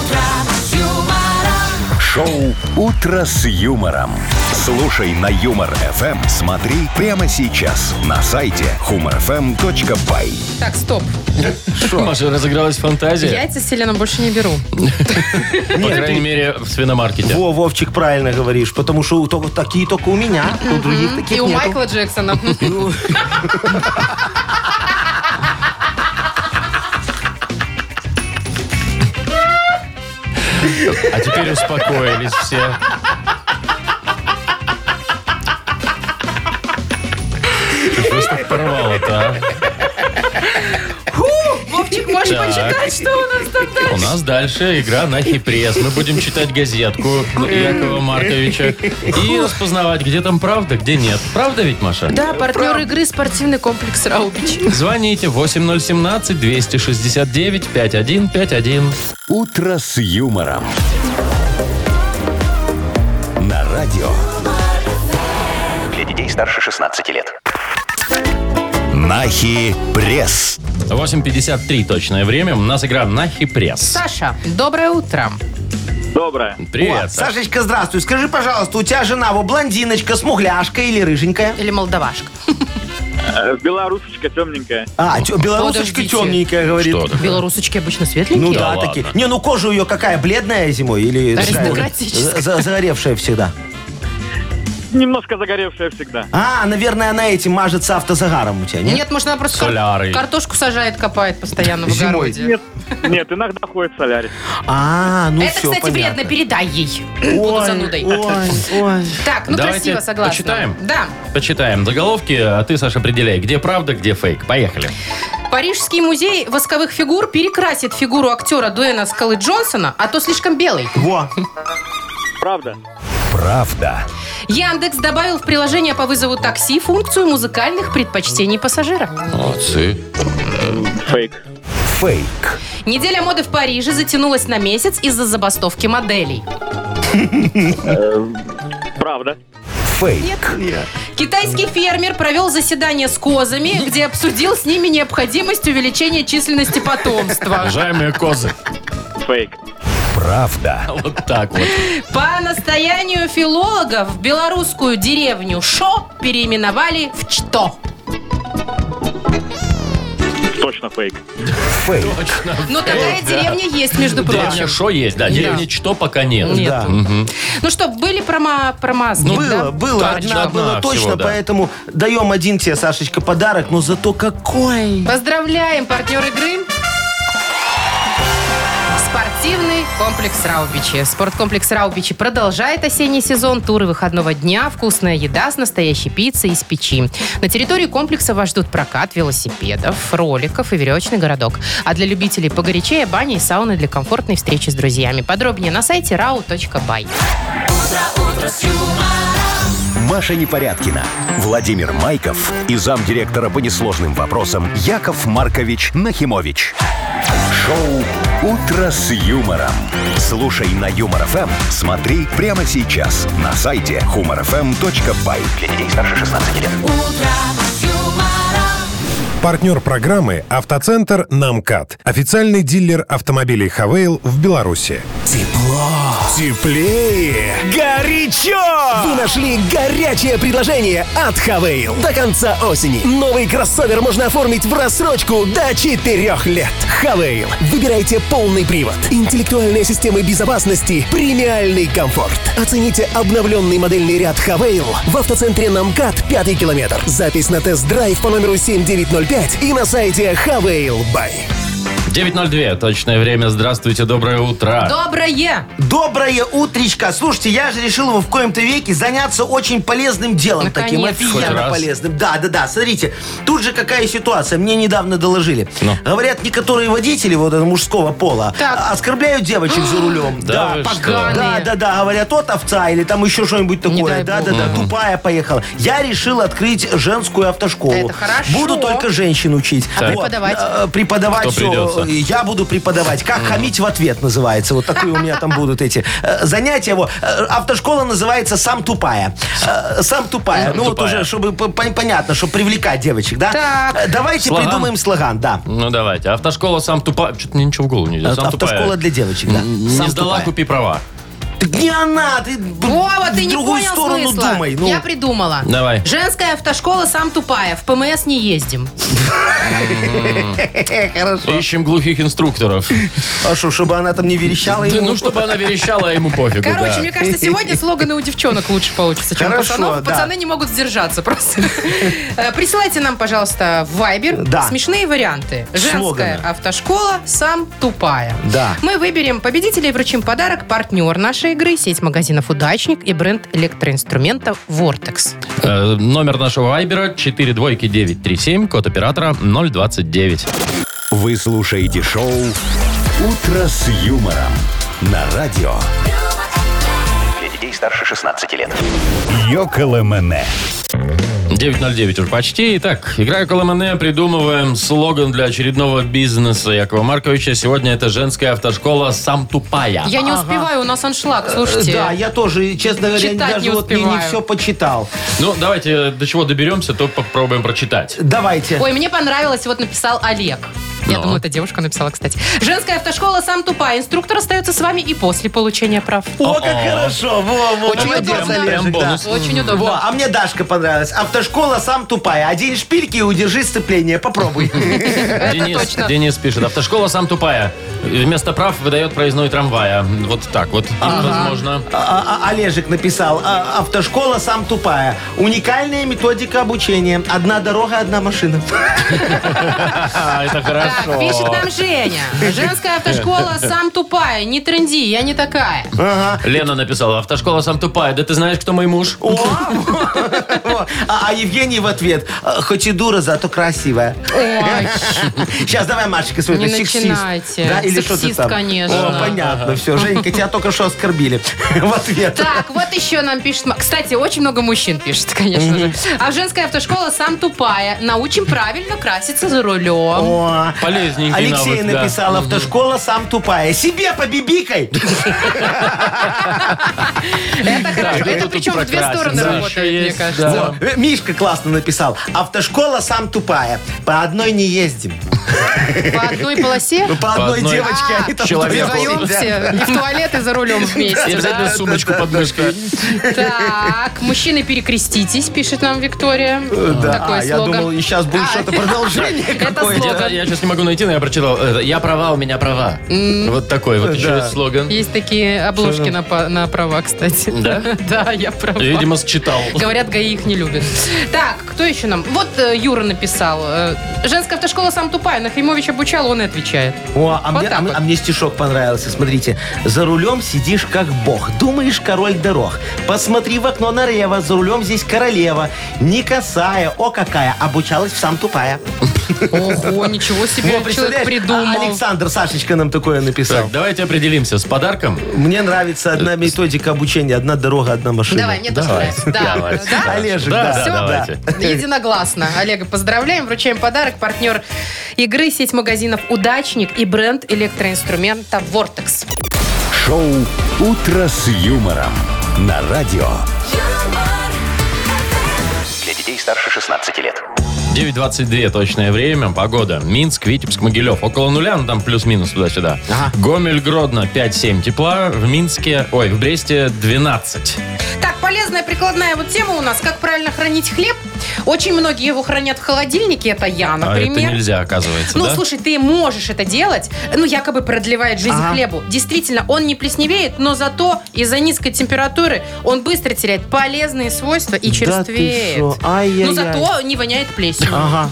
Шоу «Утро с юмором». Слушай на Юмор ФМ. Смотри прямо сейчас на сайте humorfm.by. Так, стоп. Маша, разыгралась фантазия. Яйца с селеном больше не беру. По крайней мере, в свиномаркете. Во, Вовчик, правильно говоришь, потому что такие только у меня, у других таких И у нету. Майкла Джексона. А теперь успокоились все. Что ж так порвало-то, а? Вовчик, можешь Так. почитать, что у нас там дальше? У нас дальше игра на хипресс. Мы будем читать газетку Якова Марковича и распознавать, где там правда, где нет. Правда ведь, Маша? Да, партнер игры спортивный комплекс «Раубич». Звоните 8017-269-5151. «Утро с юмором». На радио. Для детей старше 16 лет. Нахи пресс. 8:53 точное время. У нас игра на хипресс. Саша, доброе утро. Доброе. Привет, О, Саш. Сашечка, здравствуй. Скажи, пожалуйста, у тебя жена блондиночка, смугляшка или рыженькая? Или молдавашка. Белорусочка темненькая. Белорусочка Подождите. темненькая, говорит. Что такое? Белорусочки обычно светленькие. Ну Да да, такие. ладно. Не, ну кожа у ее какая, бледная зимой или такая Аристократическая. загоревшая всегда? Немножко загоревшая всегда. А, наверное, она этим мажется автозагаром у тебя, нет? Нет, может, она просто Солярой. картошку сажает, копает постоянно в Зимой. огороде. Нет, иногда ходит солярить. А, ну Это, все, кстати, понятно. вредно, передай ей. Буду занудой. Ой. Так, ну Давайте красиво, согласна. почитаем? Да. Почитаем заголовки, а ты, Саша, определяй, где правда, где фейк. Поехали. Парижский музей восковых фигур перекрасит фигуру актера Дуэйна Скалы Джонсона, а то слишком белый. Во. Правда? Правда. Яндекс добавил в приложение по вызову такси функцию музыкальных предпочтений пассажира. Молодцы. Фейк. Фейк. Неделя моды в Париже затянулась на месяц из-за забастовки моделей. Правда. Фейк. Китайский фермер провел заседание с козами, где обсудил с ними необходимость увеличения численности потомства. Уважаемые козы. Фейк. Правда. Вот так вот. По настоянию филологов белорусскую деревню Шо переименовали в Что. Точно фейк. Фейк. Но такая деревня есть, между Деревня прочим. Шо есть, да. Деревня Что пока нет. Нет. Да. Ну что, были промазки, да? Было, точно, одна была одна точно, всего, да. поэтому даем один тебе, Сашечка, подарок, но зато какой. Поздравляем, партнер игры. Спортивный комплекс Раубичи. Спорткомплекс Раубичи продолжает осенний сезон. Туры выходного дня, вкусная еда с настоящей пиццей из печи. На территории комплекса вас ждут прокат велосипедов, роликов и веревочный городок. А для любителей погорячее баня и сауны для комфортной встречи с друзьями. Подробнее на сайте rau.by. Маша Непорядкина, Владимир Майков и замдиректора по несложным вопросам Яков Маркович Нахимович. Шоу «Утро с юмором». Слушай на Юмор ФМ, смотри прямо сейчас на сайте humorfm.by. Для детей старше 16 лет. Партнер программы «Автоцентр Намкат». Официальный дилер автомобилей «Хавейл» в Беларуси. Тепло, теплее, горячо! Вы нашли горячее предложение от Хавейл. До конца осени новый кроссовер можно оформить в рассрочку до 4 лет. Хавейл. Выбирайте полный привод, интеллектуальные системы безопасности, премиальный комфорт. Оцените обновленный модельный ряд Хавейл в автоцентре Намкат 5 километр. Запись на тест-драйв по номеру 7905 и на сайте Хавейл Бай. 9:02, точное время. Здравствуйте, доброе утро. Доброе! Доброе утречко. Слушайте, я же решил его в коем-то веке заняться очень полезным делом. Таким Наконец-то. Хоть офигенно раз. полезным. Да. Смотрите, тут же какая ситуация. Мне недавно доложили. Ну. Говорят, некоторые водители вот этого мужского пола Так. оскорбляют девочек за рулем. Да вы что? поганые. Да. Говорят, вот овца или там еще что-нибудь такое. дай бог. Да. Тупая поехала. Я решил открыть женскую автошколу. Это хорошо. Буду только женщин учить. А преподавать? Преподавать Кто все. придется? Я буду преподавать. Как хамить в ответ называется. Вот такие у меня там будут эти занятия. Автошкола называется «Сам тупая». «Сам тупая». Ну вот Тупая. уже, чтобы понятно, чтобы привлекать девочек, да? Так. Давайте Слоган? придумаем слоган, да. Ну, давайте. Автошкола сам тупая. Что-то мне ничего в голову не идет. Сам Автошкола тупая. для девочек, да. Не «Сам сдала, тупая». купи права. Так не она, ты Вова, ты в не другую понял сторону смысла. думай. Ну. Я придумала. Давай. Женская автошкола «Сам тупая». В ПМС не ездим. Хорошо. Ищем глухих инструкторов. А что, чтобы она там не верещала ему? Ну, чтобы она верещала, а ему пофигу. Короче, да. мне кажется, сегодня слоганы у девчонок лучше получатся, чем у Хорошо, пацанов. да. Пацаны не могут сдержаться просто. Присылайте нам, пожалуйста, в Viber Да. смешные варианты. Женская Слоганы. автошкола «Сам тупая». Да. Мы выберем победителя и вручим подарок. Партнер нашей игры — сеть магазинов «Удачник» и бренд электроинструментов «Вортекс». Номер нашего вайбера 42937, код оператора 029. Вы слушаете шоу «Утро с юмором» на радио. Для детей старше 16 лет. Йоколэмэне. 9:09 уже почти. Итак, играя КЛМН, придумываем слоган для очередного бизнеса Якова Марковича. Сегодня это женская автошкола «Сам тупая». Я не успеваю, у нас аншлаг, слушайте. Да, я тоже, честно говоря, Читать даже не вот не успеваю. все почитал. Ну, давайте до чего доберемся, то попробуем прочитать. Давайте. Ой, мне понравилось, вот написал Олег. Я Ну. думаю, это девушка написала, кстати. Женская автошкола «Сам тупая». Инструктор остается с вами и после получения прав. О, как хорошо. Во, Очень молодец, удобно. Олежек, Прям да. бонус. Очень удобно. Во, а мне Дашка понравилась. Автошкола «Сам тупая». Одень шпильки и удержи сцепление. Попробуй. точно. Денис пишет. Автошкола «Сам тупая». Вместо прав выдает проездной трамвая. Вот так вот. Возможно. Олежек написал. Автошкола «Сам тупая». Уникальная методика обучения. Одна дорога, одна машина. Это Так, хорошо. пишет нам Женя. Женская автошкола «Сам тупая». Не тренди, я не такая. Лена написала. Автошкола «Сам тупая». Да ты знаешь, кто мой муж? О! А Евгений в ответ. Хоть и дура, зато красивая. Ой, Сейчас давай, Машечка, свой Не сексист. начинайте. Да, или что ты Сексист, там? конечно. О, понятно, все. Женька, тебя только что оскорбили. В ответ. так, вот еще нам пишет... Кстати, очень много мужчин пишет, конечно же. А женская автошкола «Сам тупая». Научим правильно краситься за рулем. О, Полезненький Алексей навык, да. написал, автошкола сам тупая. Себе побибикай! Это хорошо. Это причем в две стороны Да, работает, еще мне есть, кажется. да. Мишка классно написал. Автошкола сам тупая. По одной не ездим. По одной полосе? По одной одной девочке они там человеку. вдвоем Вдвоем сидят. все. И в туалет, и за рулем И вместе. обязательно да? сумочку под мышкой. Так, мужчины, перекреститесь, пишет нам Виктория. Да, Такой я слоган. думал, и сейчас будет что-то продолжение Это какое-то. слоган. Я сейчас не могу найти, но я прочитал. Я права, у меня права. Вот такой вот еще есть слоган. Есть такие обложки на права, кстати. Да? Да, я права. Видимо, считал. Говорят, ГАИ их не любит. Так, кто еще нам? Вот Юра написал. Женская автошкола сам тупая. Нахимович обучал, он и отвечает. О, а, Вот мне, так вот. мне стишок понравился. Смотрите. За рулем сидишь как бог. Думаешь, король дорог. Посмотри в окно налево. За рулем здесь королева. Не косая. О, какая. Обучалась в сам тупая. Ого, ничего себе, Во, человек представляешь, придумал. Александр Сашечка нам такое написал. Так, давайте определимся с подарком. Мне нравится одна методика обучения. Одна дорога, одна машина. Давай, мне тоже Давайте. нравится. Да. Давайте. Да? Олежек, Да, да. да, Всё? давайте. Единогласно. Олега поздравляем, вручаем подарок. Партнер игры, сеть магазинов «Удачник» и бренд электроинструмента «Вортекс». Шоу «Утро с юмором» на радио. Для детей старше 16 лет. 9:22 точное время. Погода. Минск, Витебск, Могилев. Около нуля, ну там плюс-минус туда-сюда. Гомель, Гродно 5-7 тепла. В Бресте 12. Так, полезная прикладная вот тема у нас. Как правильно хранить хлеб. Очень многие его хранят в холодильнике. Это я, А например. это нельзя, оказывается, Ну, да? слушай, ты можешь это делать. Ну, якобы продлевает жизнь хлебу. Действительно, он не плесневеет, но зато из-за низкой температуры он быстро теряет полезные свойства и черствеет. шо? Ай-яй-яй. Но зато не воняет плесенью. Ага.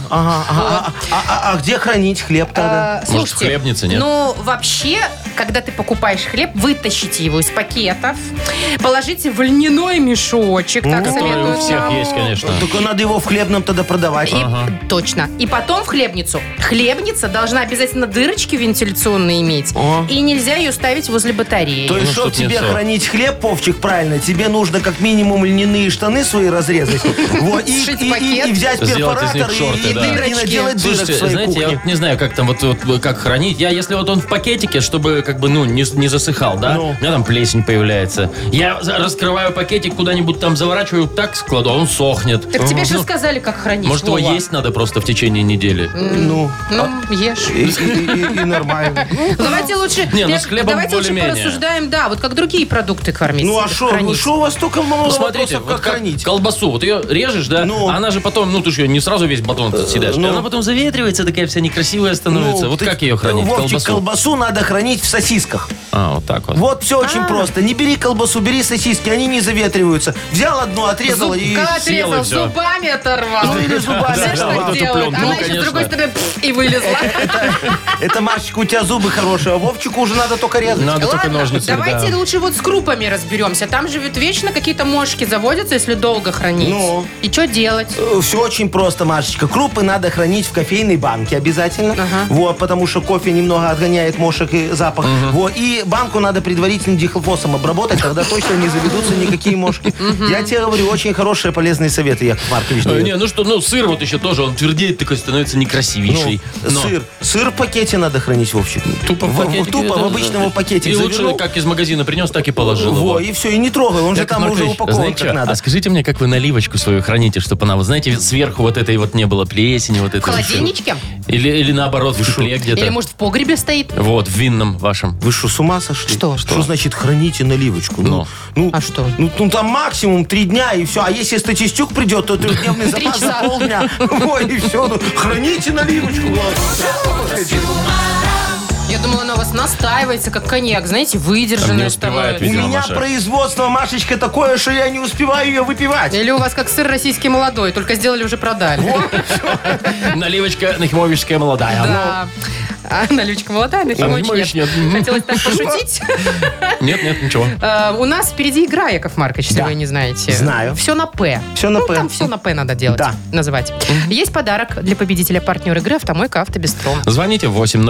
А где хранить хлеб тогда? Может, в Слушайте, хлебнице, нет? ну, вообще, когда ты покупаешь хлеб, вытащите его из пакетов, положите в льняной мешочек, так Который у советуют. всех есть, конечно. Только надо его в хлебном тогда продавать. Точно. И потом в хлебницу. Хлебница должна обязательно дырочки вентиляционные иметь. И нельзя ее ставить возле батареи. То есть, Ну, чтобы чтоб не тебе ссор. хранить хлеб, Вовчик, правильно, тебе нужно как минимум льняные штаны свои разрезать. Вот, Сшить и пакет. взять Сделать из них перфоратор шорты, да. и Дырочки. наделать дырок в Слушайте, своей знаете, я кухне. вот не знаю, как там вот как хранить. Если вот он в пакетике, чтобы как бы, ну, не засыхал, да? Ну. У меня там плесень появляется. Я раскрываю пакетик, куда-нибудь там заворачиваю, так складу, а он сохнет. Так тебе же сказали, как хранить. Может, его Вова. есть надо просто в течение недели? Ну, Ну, ешь. и нормально. Давайте лучше, Не, ну, с хлебом давайте лучше более-менее. порассуждаем, да, вот как другие продукты кормить. Ну, а что хранить. у вас столько много Ну, смотрите, вопросов, вот как как хранить? колбасу, вот ее режешь, да, Ну. а она же потом, ну, ты же ее не сразу весь батон съедаешь, ну. она потом заветривается, такая вся некрасивая становится. Ну, Вот ты- как ее хранить, Вовчик, колбасу? колбасу надо хранить в сосисках. А, вот так вот. Вот все очень просто. Не бери колбасу, бери сосиски, они не заветриваются. Взял одну, отрезал и... Зубка съел, и отрезал, всё. зубами оторвал. Ну, или зубами Все, что оторвал. делают. Ну, Она еще с конечно. другой стороны и вылезла. Это, Машечка, у тебя зубы хорошие, а Вовчику уже надо только резать. Надо только Ладно, ножницами, давайте да. лучше вот с крупами разберемся. Там же ведь вечно какие-то мошки заводятся, если долго хранить. Ну. И что делать? Все очень просто, Машечка. Крупы надо хранить в кофейной банке обязательно. Ага. Вот, потому что кофе немного отгоняет мошек и запах. Вот, и банку надо предварительно дихлофосом обработать, тогда точно не заведутся никакие мошки. Я тебе говорю, очень хорошие полезные советы, Яков Маркович дает. Не, ну что, ну сыр вот еще тоже, он твердеет, такой становится некрасивейший. Но Сыр в пакете надо хранить, Вовчик. Тупо в пакетике. Тупо, это- в обычном пакете И лучше, завернул. как из магазина принес, так и положил Во, его. и все, и не трогай, он же Яков там уже Маркович, упакован знаете как что? надо. А скажите мне, как вы наливочку свою храните, чтобы она, вы знаете, сверху вот этой вот не было плесени, вот В этой. холодильничке? Или наоборот, в тепле где-то. Или, может, в погребе стоит? Вот, в винном вашем. Вы что, с ума сошли? Что? Что значит храните наливочку? Ну, А что? Ну, там максимум 3 дня и все. А если статистюк придет, то 3-дневный 3 запас за часа. полдня. Ой, и все. Ну, храните наливочку. Я думала, она у вас настаивается, как коньяк, знаете, Там не выдержанная успевает, становится. У видимо, меня Маша. производство, Машечка, такое, что я не успеваю ее выпивать. Или у вас как сыр российский молодой, только сделали, уже продали. Наливочка нахимовическая молодая. Да. А наливочка молодая, Нахимович Нахимович нет. нет. Хотелось так пошутить. Нет, ничего. У нас впереди игра, Яков Маркович, если Да. вы не знаете. Знаю. Все на П. Всё на Ну, П. там все на П надо делать. Да. Называть. Есть подарок для победителя, партнер игры «Автомойка Автобестро». Звоните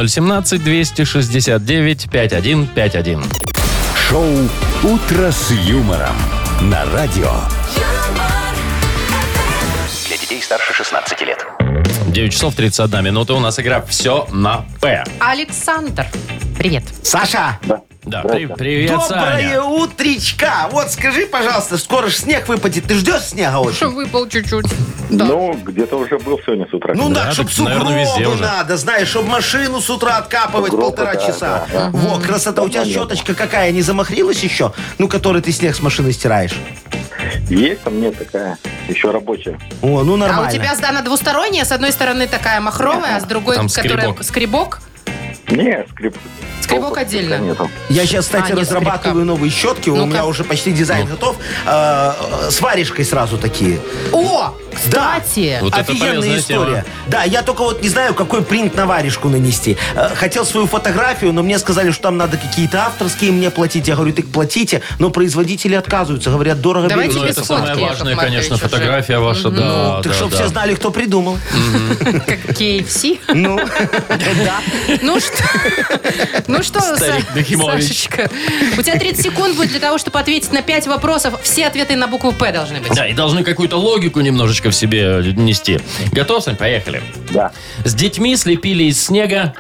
8017-269-5151. Шоу «Утро с юмором» на радио. Для детей старше 16 лет. 9 часов 31 минута. У нас игра «Все на П». Александр, привет. Саша, Да, привет, доброе Саня. утречка. Вот скажи, пожалуйста, скоро же снег выпадет. Ты ждешь снега очень? Что выпал чуть-чуть. Ну, где-то уже был сегодня с утра. Ну Да, да, чтоб так, наверное, везде сугробы уже. надо, знаешь, чтобы машину с утра откапывать Сугробы, 1,5 да, часа. да. Во, красота. У тебя щеточка какая, не замахрилась еще? Ну, которой ты снег с машины стираешь. Есть там нет такая, еще рабочая. О, ну нормально. А у тебя сдана двусторонняя, с одной стороны такая махровая, а с другой, Там которая скребок. Не, Скребок отдельно. Нету. Я сейчас, кстати, нет, разрабатываю скрипка. новые щетки. У Ну-ка. меня уже почти дизайн готов. С варежкой сразу такие. О, кстати. Вот это Офигенная полезная история. тема. Да, я только вот не знаю, какой принт на варежку нанести. Хотел свою фотографию, но мне сказали, что там надо какие-то авторские мне платить. Я говорю, так платите. Но производители отказываются. Говорят, дорого Давайте берете. Ну, без это самая фотки, важная, Яков конечно, Маркович, уже. фотография ваша, да. Так, чтобы все знали, кто придумал. Как KFC. Ну, да. Ну что, Старик Нахимович. Сашечка, у тебя 30 секунд будет для того, чтобы ответить на 5 вопросов. Все ответы на букву «П» должны быть. Да, и должны какую-то логику немножечко в себе нести. Готов, Сань? Поехали. Да. С детьми слепили из снега.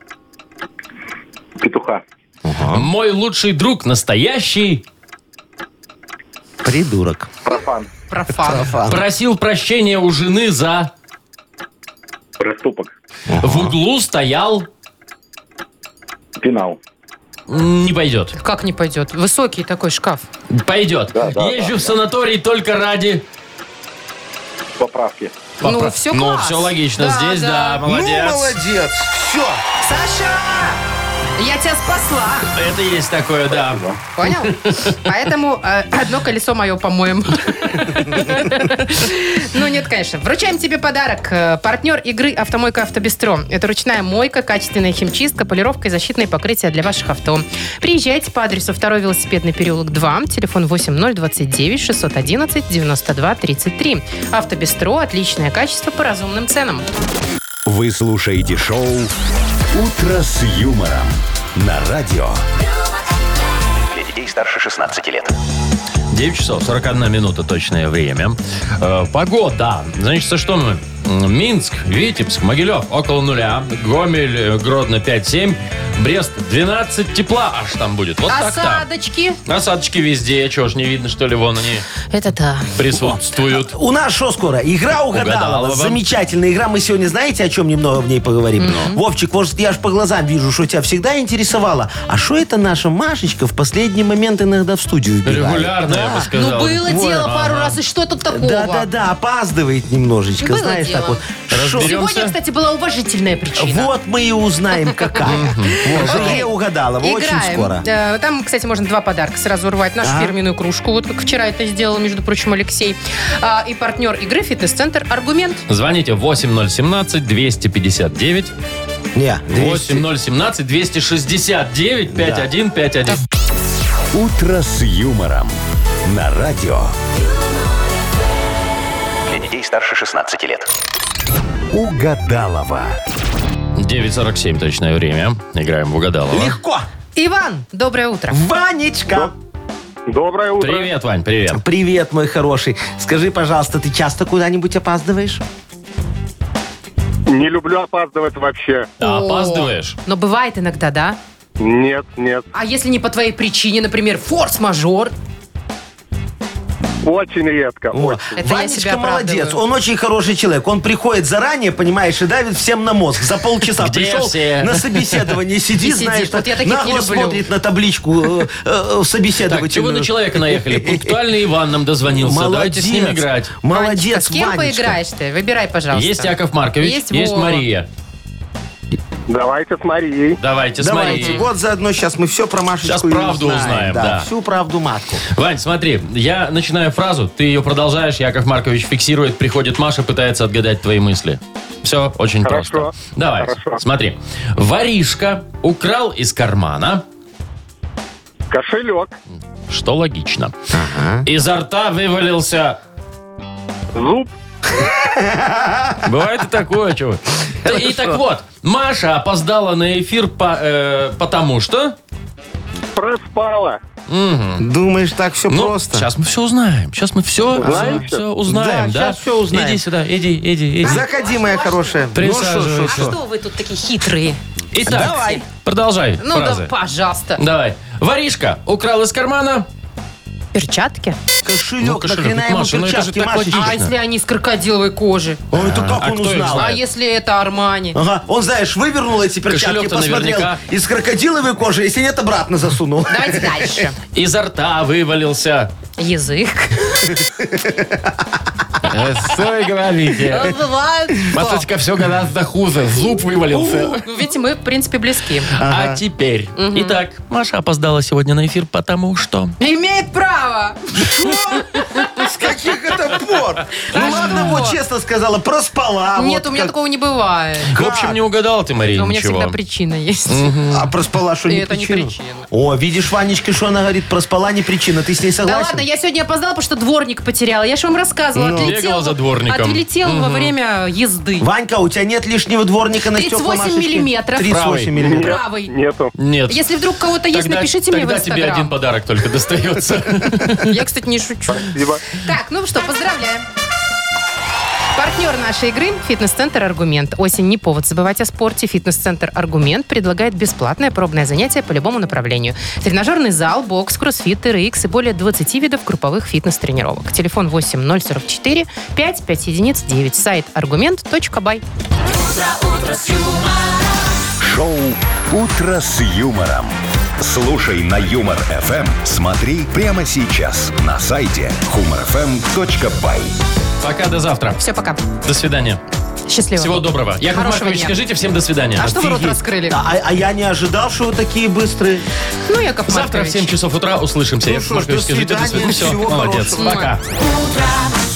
Петуха. Мой лучший друг настоящий. Придурок. Профан. Профан. Просил прощения у жены за... Проступок. В углу стоял... Пенал. Не пойдет. Как не пойдет? Высокий такой шкаф. Пойдет. Да, Езжу в санаторий только ради... Поправки. Ну, все Ну, класс. все логично. Да, Здесь, да, Ну, молодец. молодец. Все. Саша, я тебя спасла. Это есть такое, да. Понял? Поэтому одно колесо мое, по-моему. Ну, нет, конечно. Вручаем тебе подарок. Партнер игры «Автомойка Автобестро». Это ручная мойка, качественная химчистка, полировка и защитные покрытия для ваших авто. Приезжайте по адресу 2 велосипедный переулок 2, телефон 8029 611 92 33. «Автобестро» – отличное качество по разумным ценам. Вы слушаете шоу «Утро с юмором» на радио. Для детей старше 16 лет. 9 часов 41 минута точное время. Погода. Значит, что мы? Минск, Витебск, Могилев около нуля. Гомель, Гродно 5-7. Брест 12 тепла аж там будет. Вот так-то. Осадочки. Осадочки везде. Чего ж не видно, что ли? Вон они Это да. присутствуют. У нас что скоро? Игра угадала. Угадалова. Замечательная игра. Мы сегодня, знаете, о чем немного в ней поговорим? Вовчик, может, я ж по глазам вижу, что тебя всегда интересовало. А что это наша Машечка в последний момент иногда в студию убегает? Регулярно, я бы Ну, сказал. было дело пару раз, и что тут такого? Да, опаздывает немножечко, Было знаешь, дело. так вот. Шо? Разберемся. Сегодня, кстати, была уважительная причина. Вот мы и узнаем, какая. Вот, в игре угадала. Очень Играем. скоро. Там, кстати, можно 2 подарка сразу урвать. Нашу фирменную кружку, вот как вчера это сделал, между прочим, Алексей. И партнер игры «Фитнес-центр Аргумент». Звоните 8017-259. Не, 200. 8017-269-5151. «Утро с юмором» на радио. Для детей старше 16 лет. Угадалова. 9:47 точное время. Играем в Угадалова. Легко. Иван, доброе утро. Ванечка. Доброе утро. Привет, Вань, привет. Привет, мой хороший. Скажи, пожалуйста, ты часто куда-нибудь опаздываешь? Не люблю опаздывать вообще. А опаздываешь? Но бывает иногда, да? Нет. А если не по твоей причине, например, форс-мажор? Очень редко. О, Очень. Это я Ванечка себя молодец. оправдываю. Он очень хороший человек. Он приходит заранее, понимаешь, и давит всем на мозг. За полчаса Где пришел все? на собеседование, И сидит, сидит. знаешь, Вот я таких нагло не люблю. смотрит на табличку Так, собеседовательную. чего на человека наехали? Пунктуальный Иван нам дозвонился. Давайте с ним играть. Ванечка, Молодец, с кем Ванечка. поиграешь ты? Выбирай, пожалуйста. Есть Яков Маркович, Есть есть Вова. Мария. Давайте с Марией. Давайте с Давайте, Марией. вот заодно сейчас мы все про Машечку Сейчас и правду узнаем, да. Всю правду матку. Вань, смотри, я начинаю фразу, ты ее продолжаешь, Яков Маркович фиксирует, приходит Маша, пытается отгадать твои мысли. Все очень Хорошо. просто. Давай, Хорошо. смотри. Воришка украл из кармана, Кошелек. что логично. Изо рта вывалился... Зуб. Бывает и такое, чего. И так вот, Маша опоздала на эфир потому что... Проспала. Думаешь, так все Ну, просто? сейчас мы все узнаем. Сейчас мы все узнаем, Да, да? щас всё узнаем. Иди сюда, иди. Заходи, моя хорошая. Присаживайся. А что вы тут такие хитрые? Итак, Давай. продолжай Ну да, фразы. пожалуйста. Давай. Воришка украл из кармана. Перчатки? Кошелек, кошелек. нахрена ему Маша, ну это же перчатки, так Машечка? А логично. если они из крокодиловой кожи? Ой, это как а он кто их узнал? знает? А если это Армани? Ага, он, знаешь, вывернул эти перчатки, Кошелек-то посмотрел, наверняка. из крокодиловой кожи, если нет, обратно засунул. Давайте дальше. Изо рта вывалился. Язык. Что вы говорите? Бывает. Машечка, все гораздо хуже. Зуб вывалился. Ну, видите, мы, в принципе, близки. А теперь. Итак, Маша опоздала сегодня на эфир, потому что... Имеет право. С каких это пор? Ну ладно, вот честно сказала, проспала. Нет, вот у меня как- такого не бывает. В общем, не угадала ты, Мария, У меня ничего. всегда причина есть. А проспала, что И не это не причина? причина. О, видишь, Ванечка, что она говорит, проспала не причина. Ты с ней Да согласен? ладно, я сегодня опоздала, потому что дворник потеряла. Я же вам рассказывала. Бегала за дворником. Отлетел во время езды. Ванька, у тебя нет лишнего дворника на стекла 38 Машечки? миллиметров. 38 Правый. миллиметров. Правый. Нету. Нет. Если вдруг у кого-то есть, напишите мне в Тогда тебе Инстаграм. один подарок только достается. Я, кстати, не шучу. Спасибо. Так, ну что, поздравляем. Партнер нашей игры – фитнес-центр «Аргумент». Осень не повод забывать о спорте. Фитнес-центр «Аргумент» предлагает бесплатное пробное занятие по любому направлению. Тренажерный зал, бокс, кроссфит, TRX и более 20 видов групповых фитнес-тренировок. Телефон 8044 55 единиц 9. Сайт argument.by. Шоу «Утро с юмором». Слушай на Юмор ФМ. Смотри прямо сейчас на сайте humorfm.by. Пока, до завтра. Все, пока. До свидания. Счастливо. Всего доброго. Яков Хорошего Маркович, дня. скажите всем до свидания. А что вы рот Офигеть. раскрыли? А я не ожидал, что вы такие быстрые. Ну, Яков Завтра в Маркович. 7 часов утра услышимся. Ну Яков что ж, Маркович, до скажите до свидания, свидания. Все, всего молодец. хорошего. Пока. Утро